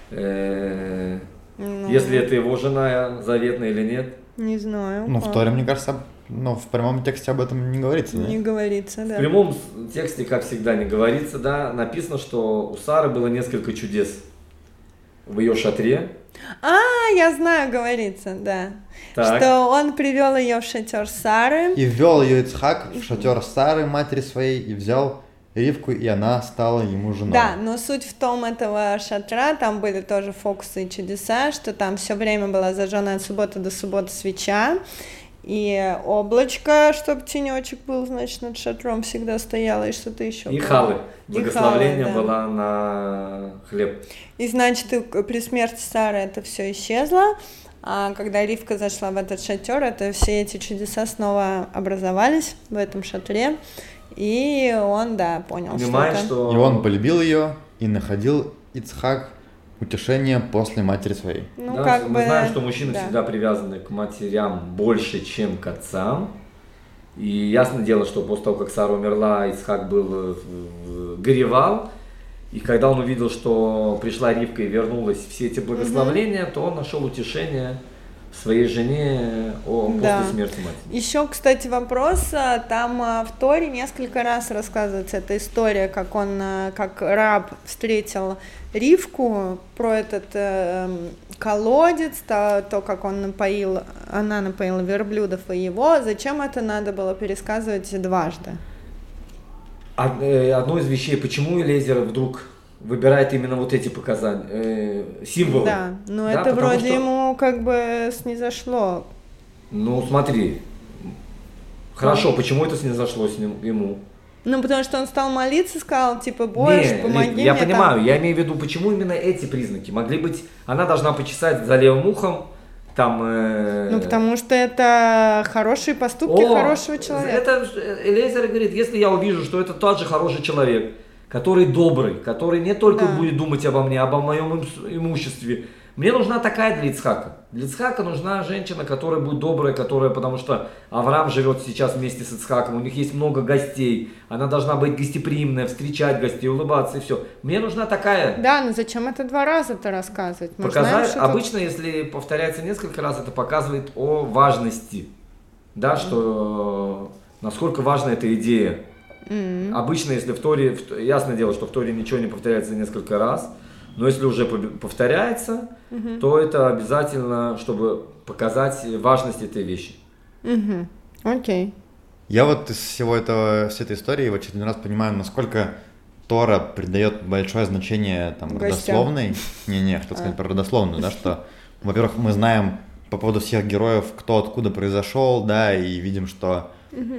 если это его жена заветная или нет? Не знаю. Ну, в Торе, мне кажется, в прямом тексте об этом не говорится, да? Не говорится, да. В прямом тексте, как всегда, не говорится, да, написано, что у Сары было несколько чудес в ее шатре. Я знаю, говорится, да. Так. Что он привел ее в шатер Сары. И ввел ее Ицхак в шатер Сары, матери своей, и взял Ривку, и она стала ему женой. Да, но суть в том этого шатра, там были тоже фокусы и чудеса, что там все время была зажжена от субботы до субботы свеча, и облачко, чтобы тенечек был, значит, над шатром всегда стояло, и что-то еще. И халы. Благословение халы, да. было на хлеб. И, значит, при смерти Сары это все исчезло, а когда Ривка зашла в этот шатер, это все эти чудеса снова образовались в этом шатре, и он, да, понял, Понимаешь, что-то. что... И он полюбил ее, и находил Ицхак утешение после матери своей. Ну, Да, как мы бы, знаем, что мужчины да. всегда привязаны к матерям больше, чем к отцам. И ясное дело, что после того, как Сара умерла, Ицхак горевал. И когда он увидел, что пришла Ривка и вернулась все эти благословления, то он нашел утешение в своей жене Да. после смерти матери. Еще, кстати, вопрос, там в Торе несколько раз рассказывается эта история, как он, как раб встретил Ривку, про этот колодец, то, как она напоила верблюдов и его. Зачем это надо было пересказывать дважды? Одно из вещей, почему Элейзер вдруг выбирает именно вот эти показания, символы. Да, но Да, это потому вроде что- ему как бы снизошло. Ну, смотри. Хорошо, почему это снизошло ему? Ну, потому что он стал молиться, сказал, типа, Боже, Не, помоги Лид, мне. я там». понимаю, я имею в виду, почему именно эти признаки. Могли быть, она должна почесать за левым ухом, там... Ну, потому что это хорошие поступки хорошего человека. Это Элейзер говорит, если я увижу, что это тот же хороший человек, который добрый, который не только Да. будет думать обо мне, обо моем имуществе, мне нужна такая для Ицхака. Для Ицхака нужна женщина, которая будет добрая, потому что Авраам живет сейчас вместе с Ицхаком, у них есть много гостей, она должна быть гостеприимная, встречать гостей, улыбаться и все. Мне нужна такая. Да, но зачем это два раза-то рассказывать? Мы знаем, Показать, что тут- обычно, если повторяется несколько раз, это показывает о важности, да, что насколько важна эта идея. Обычно, если в Торе, ясное дело, что в Торе ничего не повторяется несколько раз, но если уже повторяется, то это обязательно, чтобы показать важность этой вещи. Окей. Я вот из всей этой истории в очередной раз понимаю, насколько Тора придает большое значение там Гостям. родословной. Не, хотел сказать про родословную, да, что, во-первых, мы знаем по поводу всех героев, кто откуда произошел, да, и видим, что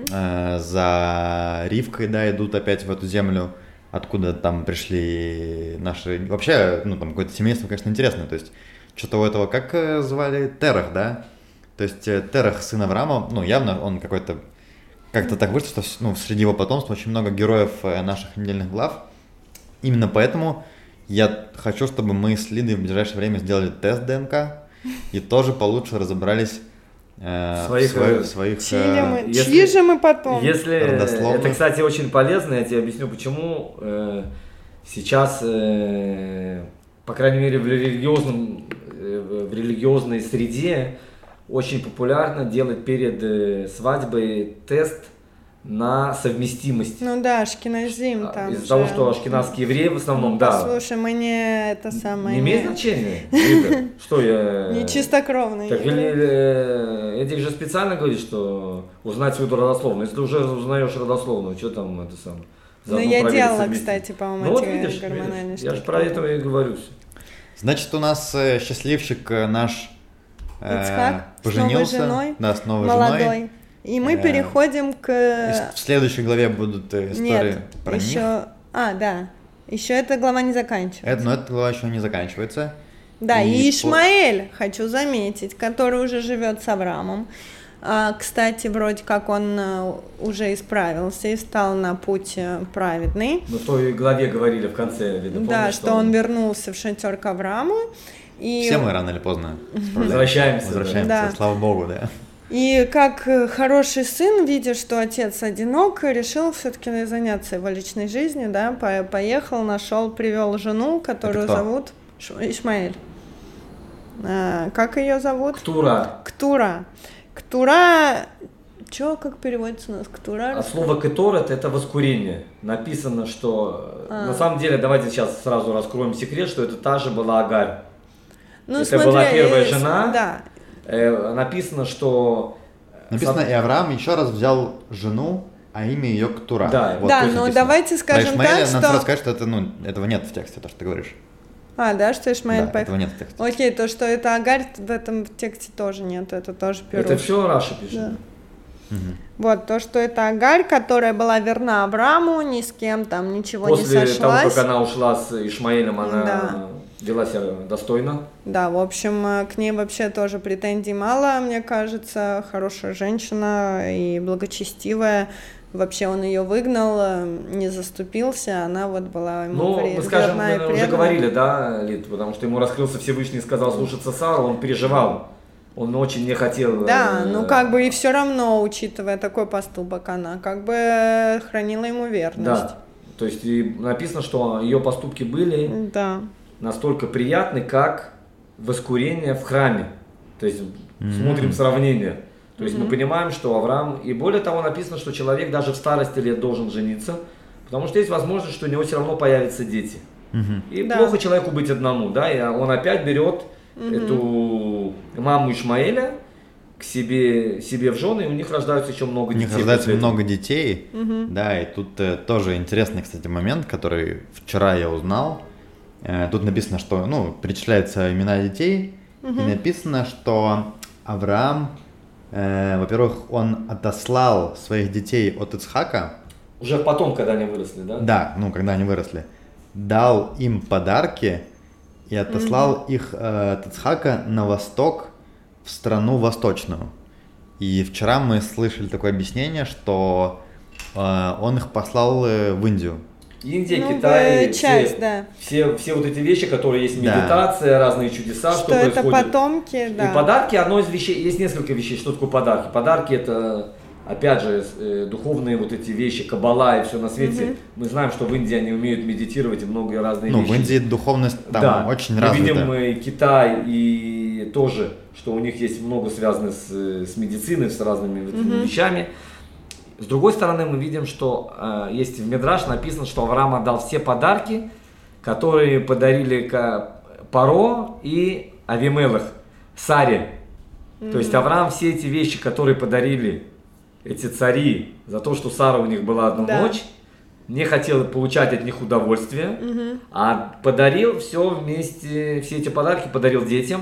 за Ривкой, да, идут опять в эту землю, откуда там пришли наши... Вообще, ну, там какое-то семейство, конечно, интересное, то есть, что-то у этого, как звали? Терах, да? То есть, Терах, сын Авраама, ну, явно он какой-то... Как-то так вышло, что ну, среди его потомства очень много героев наших недельных глав. Именно поэтому я хочу, чтобы мы с Лидой в ближайшее время сделали тест ДНК и тоже получше разобрались в своих Чьи же мы потом? Если родословных. это, кстати, очень полезно, я тебе объясню, почему сейчас, по крайней мере, в религиозной среде очень популярно делать перед свадьбой тест на совместимость. Ну да, ашкеназим там. Из-за же. того, что ашкеназские евреи в основном, да. Слушай, мы не это самое... Не имеет значения. Рита? Что я... Не чистокровные. Так или Эдик же специально говорит, что узнать свою родословную. Если уже узнаешь родословную, что там это самое? Ну, заодно я проверить делала, совместимость. кстати, по-моему, Ну вот эти видишь, гормональные я же штуки. про это и говорю. Значит, у нас счастливчик наш Ицхак с поженился. новой женой, Да, с новой молодой. женой. И мы переходим к... В следующей главе будут истории Нет, про них. еще... да. Еще эта глава не заканчивается. Но эта глава еще не заканчивается. Да, и И Ишмаэль, хочу заметить, который уже живет с Авраамом. Кстати, вроде как он уже исправился и встал на путь праведный. Мы в той главе говорили в конце, видно, Да, помнишь, что он вернулся в шатер к Аврааму. И... Все мы рано или поздно возвращаемся. Да. Слава богу, да. И как хороший сын, видя, что отец одинок, решил все-таки заняться его личной жизнью, да, поехал, нашел, привел жену, которую зовут Ишмаэль. Как ее зовут? Ктура. Ктура, как переводится у нас Ктура? А слово кеторет это воскурение. Написано, что на самом деле, давайте сейчас сразу раскроем секрет, что это та же была Агарь. Ну, это была первая жена. Да. Написано, что... Написано, и Авраам еще раз взял жену, а имя ее Ктура. Да, вот да, но давайте скажем так, что... Надо сразу сказать, что этого нет в тексте, то, что ты говоришь. Да, что Ишмаэль поехал. Этого нет в тексте. Окей, то, что это Агарь, в этом тексте тоже нет, это тоже Пируш. Это все Раша пишет. Да. Угу. Вот, то, что это Агарь, которая была верна Аврааму, ни с кем там ничего не сошлась. После того, как она ушла с Ишмаэлем, она вела себя достойно. Да, в общем, к ней вообще тоже претензий мало, мне кажется, хорошая женщина и благочестивая. Вообще он ее выгнал, не заступился, она вот была ему верна и мы скажем, мы уже говорили, да, Лид, потому что ему раскрылся Всевышний и сказал слушаться Сару, он переживал, он очень не хотел... Да, как бы и все равно, учитывая такой поступок, она как бы хранила ему верность. Да, то есть и написано, что ее поступки были настолько приятны, как воскурение в храме, то есть смотрим сравнение. То есть мы понимаем, что Авраам, и более того написано, что человек даже в старости лет должен жениться, потому что есть возможность, что у него все равно появятся дети. И плохо человеку быть одному, да, и он опять берет эту маму Ишмаэля к себе в жены, и у них рождаются еще много детей. У них рождается много детей, да, и тут тоже интересный, кстати, момент, который вчера я узнал. Тут написано, что, перечисляются имена детей, и написано, что Авраам... во-первых, он отослал своих детей от Ицхака. Уже потом, когда они выросли, да? Да, когда они выросли. Дал им подарки и отослал их от Ицхака на восток, в страну восточную. И вчера мы слышали такое объяснение, что он их послал в Индию. Индия, Китай, все вот эти вещи, которые есть медитация, разные чудеса, что это происходит. Потомки, да. И подарки, одно из вещей, есть несколько вещей, что такое подарки. Подарки это, опять же, духовные вот эти вещи, каббала и все на свете. Мы знаем, что в Индии они умеют медитировать и многие разные вещи. В Индии духовность там очень развита. Мы видим и Китай, и тоже, что у них есть много связано с медициной, с разными вещами. С другой стороны, мы видим, что есть в Мидраш написано, что Авраам отдал все подарки, которые подарили Паро и Авимелех, Саре. То есть Авраам все эти вещи, которые подарили эти цари за то, что Сара у них была одну ночь, не хотел получать от них удовольствие, а подарил все вместе, все эти подарки подарил детям,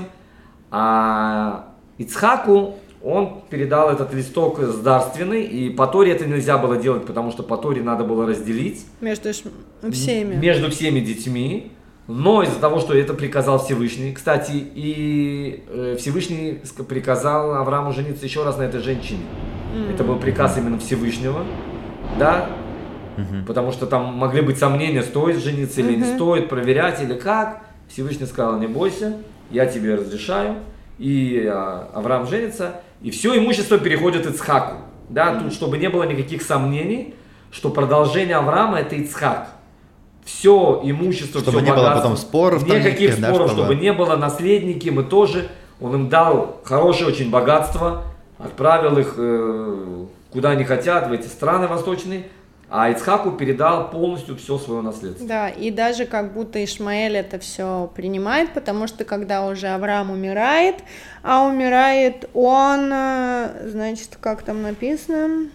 а Ицхаку он передал этот листок дарственный, и по Торе это нельзя было делать, потому что по Торе надо было разделить между всеми детьми, но из-за того, что это приказал Всевышний, кстати, и Всевышний приказал Аврааму жениться еще раз на этой женщине. Это был приказ именно Всевышнего, да, потому что там могли быть сомнения, стоит жениться или не стоит, проверять или как. Всевышний сказал, не бойся, я тебе разрешаю, и Авраам женится. И все имущество переходит Ицхаку. Да, тут, чтобы не было никаких сомнений, что продолжение Авраама это Ицхак. Все имущество, чтобы все не богатство, было потом споров. Никаких споров, чтобы не было наследники, мы тоже. Он им дал хорошее очень богатство, отправил их куда они хотят, в эти страны восточные. А Ицхаку передал полностью все свое наследство. Да, и даже как будто Ишмаэль это все принимает, потому что когда уже Авраам умирает, а умирает он, значит, как там написано?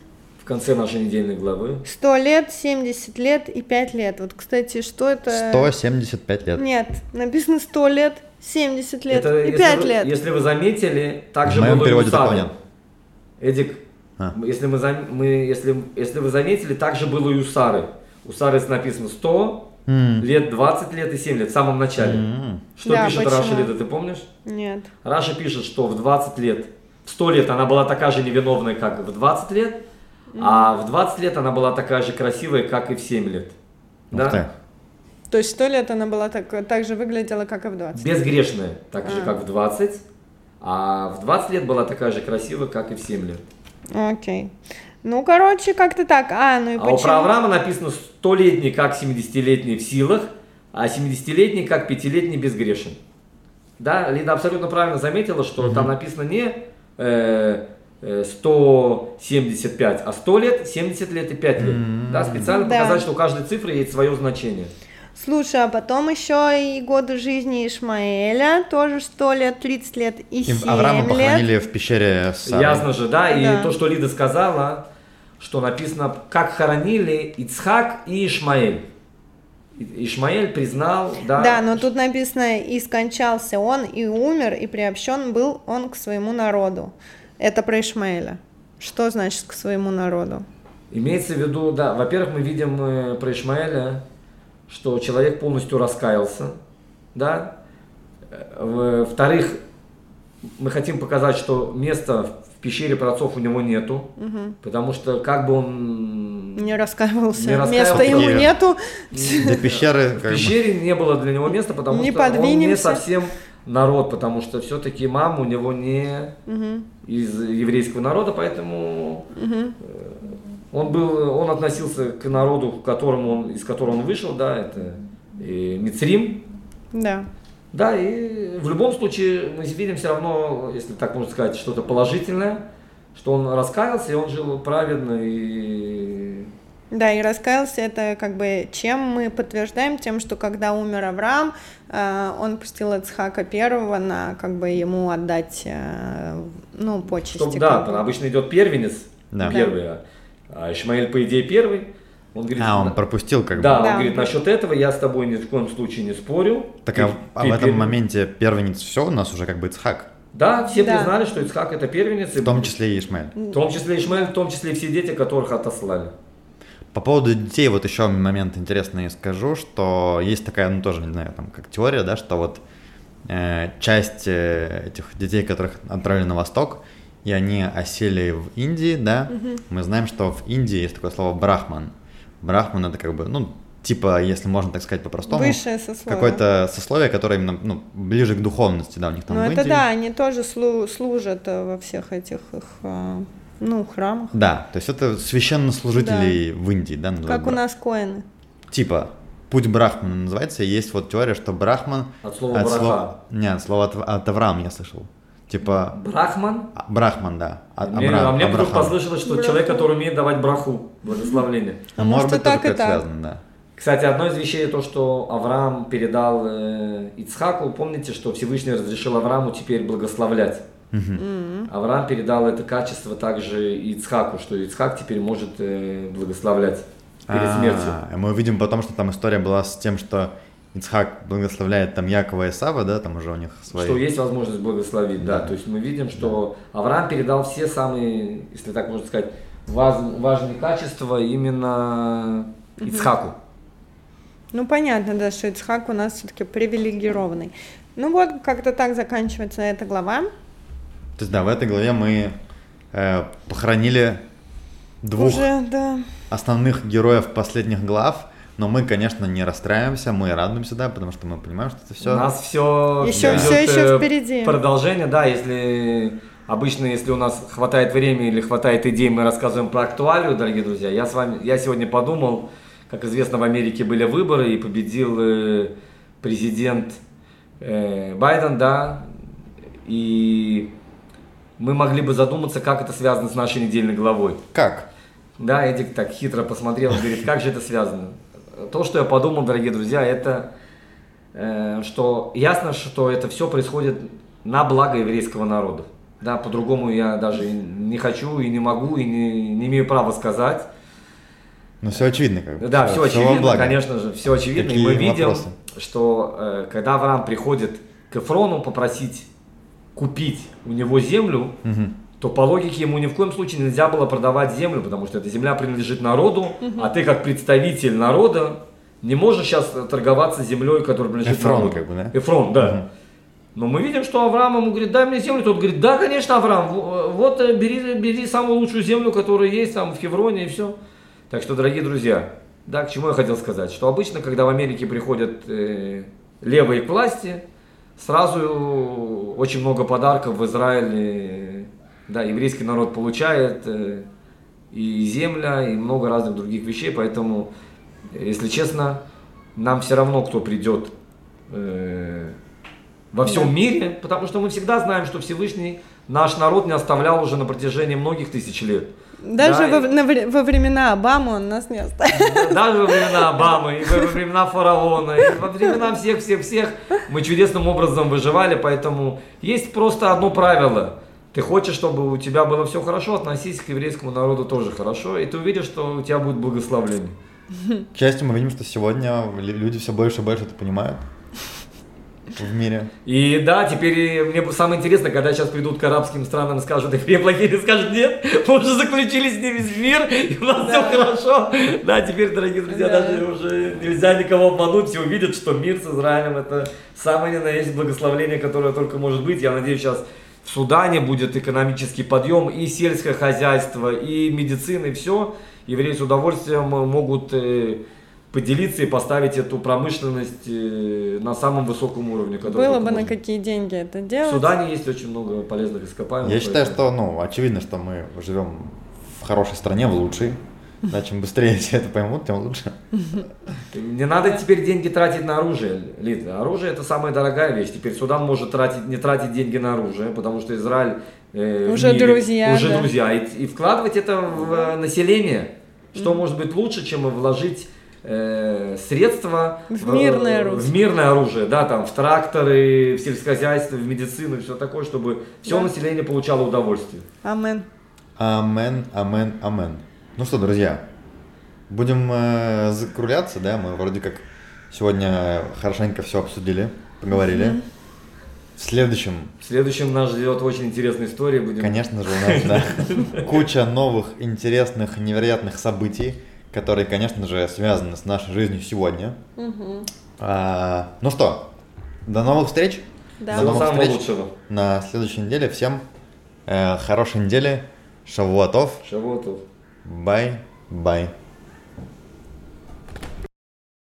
в конце нашей недельной главы. 100 лет, 70 лет и 5 лет. Вот, кстати, что это? 175 лет. Нет, написано 100 лет, 70 лет Это, и 5 лет. Если вы заметили, также В моем было и переводе у Сары. такого нет. Эдик, если вы заметили, также было и у Сары. У Сары написано 100 лет, 20 лет и 7 лет в самом начале. Что Да, пишет почему? Раша Лида, ты помнишь? Нет. Раша пишет, что в 20 лет, в 100 лет она была такая же невиновная, как в 20 лет, а в 20 лет она была такая же красивая, как и в 7 лет. Ух ты. Да? То есть 100 лет она была так же выглядела, как и в 20. Безгрешная, так же, как в 20, а в 20 лет была такая же красивая, как и в 7 лет. Окей. Ну, короче, как-то так. Ну и А почему? у про Авраама написано 100-летний, как 70-летний в силах, а 70-летний, как 5-летний безгрешен. Да, Лида абсолютно правильно заметила, что там написано не 175, а 100 лет, 70 лет и 5 лет. Да, специально Да. показать, что у каждой цифры есть свое значение. Слушай, а потом еще и годы жизни Ишмаэля, тоже 100 лет, 30 лет и И 7 Авраама лет. похоронили в пещере с Сарой. Ясно же, да, и Да. то, что Лида сказала, что написано, как хоронили Ицхак и Ишмаэль. Ишмаэль признал, да. Да, но тут написано, и скончался он, и умер, и приобщен был он к своему народу. Это про Ишмаэля. Что значит к своему народу? Имеется в виду, да, во-первых, мы видим про Ишмаэля, что человек полностью раскаялся, да. Во-вторых, мы хотим показать, что места в пещере праотцов у него нету, потому что как бы он... Не раскаивался. Не раскаивался. Места ему Нет. нету. Для пещеры В как бы. пещере не было для него места, потому Не что он не подвинемся. совсем народ, потому что все-таки мама у него не из еврейского народа, поэтому он относился к народу, из которого он вышел, да, это Мицрим. Да. Да, и в любом случае мы видим все равно, если так можно сказать, что-то положительное, что он раскаялся, и он жил праведно, и... Да, и раскаялся, это как бы чем мы подтверждаем тем, что когда умер Авраам, он пустил Ицхака первого на как бы ему отдать, почести. Да, как бы. обычно идет первенец, Да. первый, а Ишмаэль, по идее, первый. Он говорит, Он пропустил как бы. да, он Да, говорит, он насчет этого я с тобой ни в коем случае не спорю. Так Ты- а ты в этом первый. моменте первенец все у нас уже как бы Ицхак. Да, все Да. признали, что Ицхак это первенец. В том числе и Ишмаэль. В том числе Ишмаэль, в том числе и все дети, которых отослали. По поводу детей, вот еще момент интересный скажу, что есть такая, тоже, не знаю, там, как теория, да, что вот часть этих детей, которых отправили на восток, и они осели в Индии, да, мы знаем, что в Индии есть такое слово брахман. Брахман это как бы, типа, если можно так сказать по-простому, Высшее сословие. какое-то сословие, которое именно, ближе к духовности, да, у них там Ну в это Индии. да, они тоже служат во всех этих их, храмах. Да, то есть это священнослужители в Индии, да, называют Как у нас коины. Типа, путь Брахмана называется, и есть вот теория, что Брахман... От слова браха. Нет, слово от Авраама я слышал. Типа, Брахман? Брахман, да. Мне вдруг послышалось, что человек, который умеет давать браху, благословление. А Может может, быть, и так, тоже и как так. связано, да. Кстати, одно из вещей то, что Авраам передал Ицхаку. Помните, что Всевышний разрешил Аврааму теперь благословлять? Авраам передал это качество также и Ицхаку, что Ицхак теперь может благословлять перед смертью. Мы увидим потом, что там история была с тем, что Ицхак благословляет там Якова и Исава, да, там уже у них свои... Что есть возможность благословить, да. То есть мы видим, что Авраам передал все самые, если так можно сказать, важные качества именно Ицхаку. Ну, понятно, да, что Ицхак у нас все-таки привилегированный. Ну вот, как-то так заканчивается эта глава. То есть, да, в этой главе мы похоронили двух Уже, да. основных героев последних глав, но мы, конечно, не расстраиваемся, мы радуемся, да, потому что мы понимаем, что это все... У нас все Еще впереди. Продолжение, да, если обычно, если у нас хватает времени или хватает идей, мы рассказываем про актуалию, дорогие друзья. Я сегодня подумал, как известно, в Америке были выборы и победил президент Байден, да, и мы могли бы задуматься, как это связано с нашей недельной главой. Как? Да, Эдик так хитро посмотрел, говорит, как же это связано? То, что я подумал, дорогие друзья, это, что ясно, что это все происходит на благо еврейского народа. Да, по-другому я даже не хочу и не могу, и не имею права сказать. Ну, все очевидно, как бы. Да, все во очевидно, благо. конечно же, все очевидно. Какие И мы видим, вопросы? что когда Авраам приходит к Эфрону попросить купить у него землю, то по логике ему ни в коем случае нельзя было продавать землю, потому что эта земля принадлежит народу, а ты как представитель народа не можешь сейчас торговаться землей, которая принадлежит Эфрон, народу. как бы, да? Эфрон, да. Но мы видим, что Авраам ему говорит, дай мне землю. Тот говорит, да, конечно, Авраам, вот бери самую лучшую землю, которая есть там в Хевроне, и все. Так что, дорогие друзья, да, к чему я хотел сказать, что обычно, когда в Америке приходят левые к власти, сразу очень много подарков в Израиле, да, еврейский народ получает, и земля, и много разных других вещей, поэтому, если честно, нам все равно, кто придет во всем мире, потому что мы всегда знаем, что Всевышний наш народ не оставлял уже на протяжении многих тысяч лет. Даже да, во времена Обамы он нас не оставил. Даже во времена Обамы, и во времена фараона, и во времена всех мы чудесным образом выживали, поэтому есть просто одно правило. Ты хочешь, чтобы у тебя было все хорошо, относись к еврейскому народу тоже хорошо, и ты увидишь, что у тебя будет благословение. К счастью, мы видим, что сегодня люди все больше и больше это понимают в мире. И да, теперь мне самое интересное, когда сейчас придут к арабским странам и скажут, евреи плохие, скажут, нет, мы уже заключили с ними мир, и у нас все хорошо. Да, теперь, дорогие друзья, даже уже нельзя никого обмануть, все увидят, что мир с Израилем это самое ни на есть благословение, которое только может быть. Я надеюсь, сейчас в Судане будет экономический подъем, и сельское хозяйство, и медицина, и все. Евреи с удовольствием могут поделиться и поставить эту промышленность на самом высоком уровне. Было бы на какие деньги это делать. В Судане есть очень много полезных ископаемых. Я считаю, что, очевидно, что мы живем в хорошей стране, в лучшей. Да, чем быстрее все это поймут, тем лучше. Не надо теперь деньги тратить на оружие, Лид. Оружие это самая дорогая вещь. Теперь Судан может не тратить деньги на оружие, потому что Израиль уже друзья. Уже друзья. И вкладывать это в население. Что может быть лучше, чем вложить средства в мирное оружие. В мирное оружие, да, там, в тракторы, в сельскохозяйство, в медицину и все такое, чтобы все население получало удовольствие. Амен. Амен, амен, амен. Ну что, друзья, будем закругляться, да, мы вроде как сегодня хорошенько все обсудили, поговорили. В следующем нас ждет очень интересная история. Конечно же, у нас, да, куча новых, интересных, невероятных событий, которые, конечно же, связаны с нашей жизнью сегодня. Ну что, до новых встреч. Да. До новых встреч лучшего. на следующей неделе. Всем хорошей недели. Шавуатов. Шавуатов. Bye.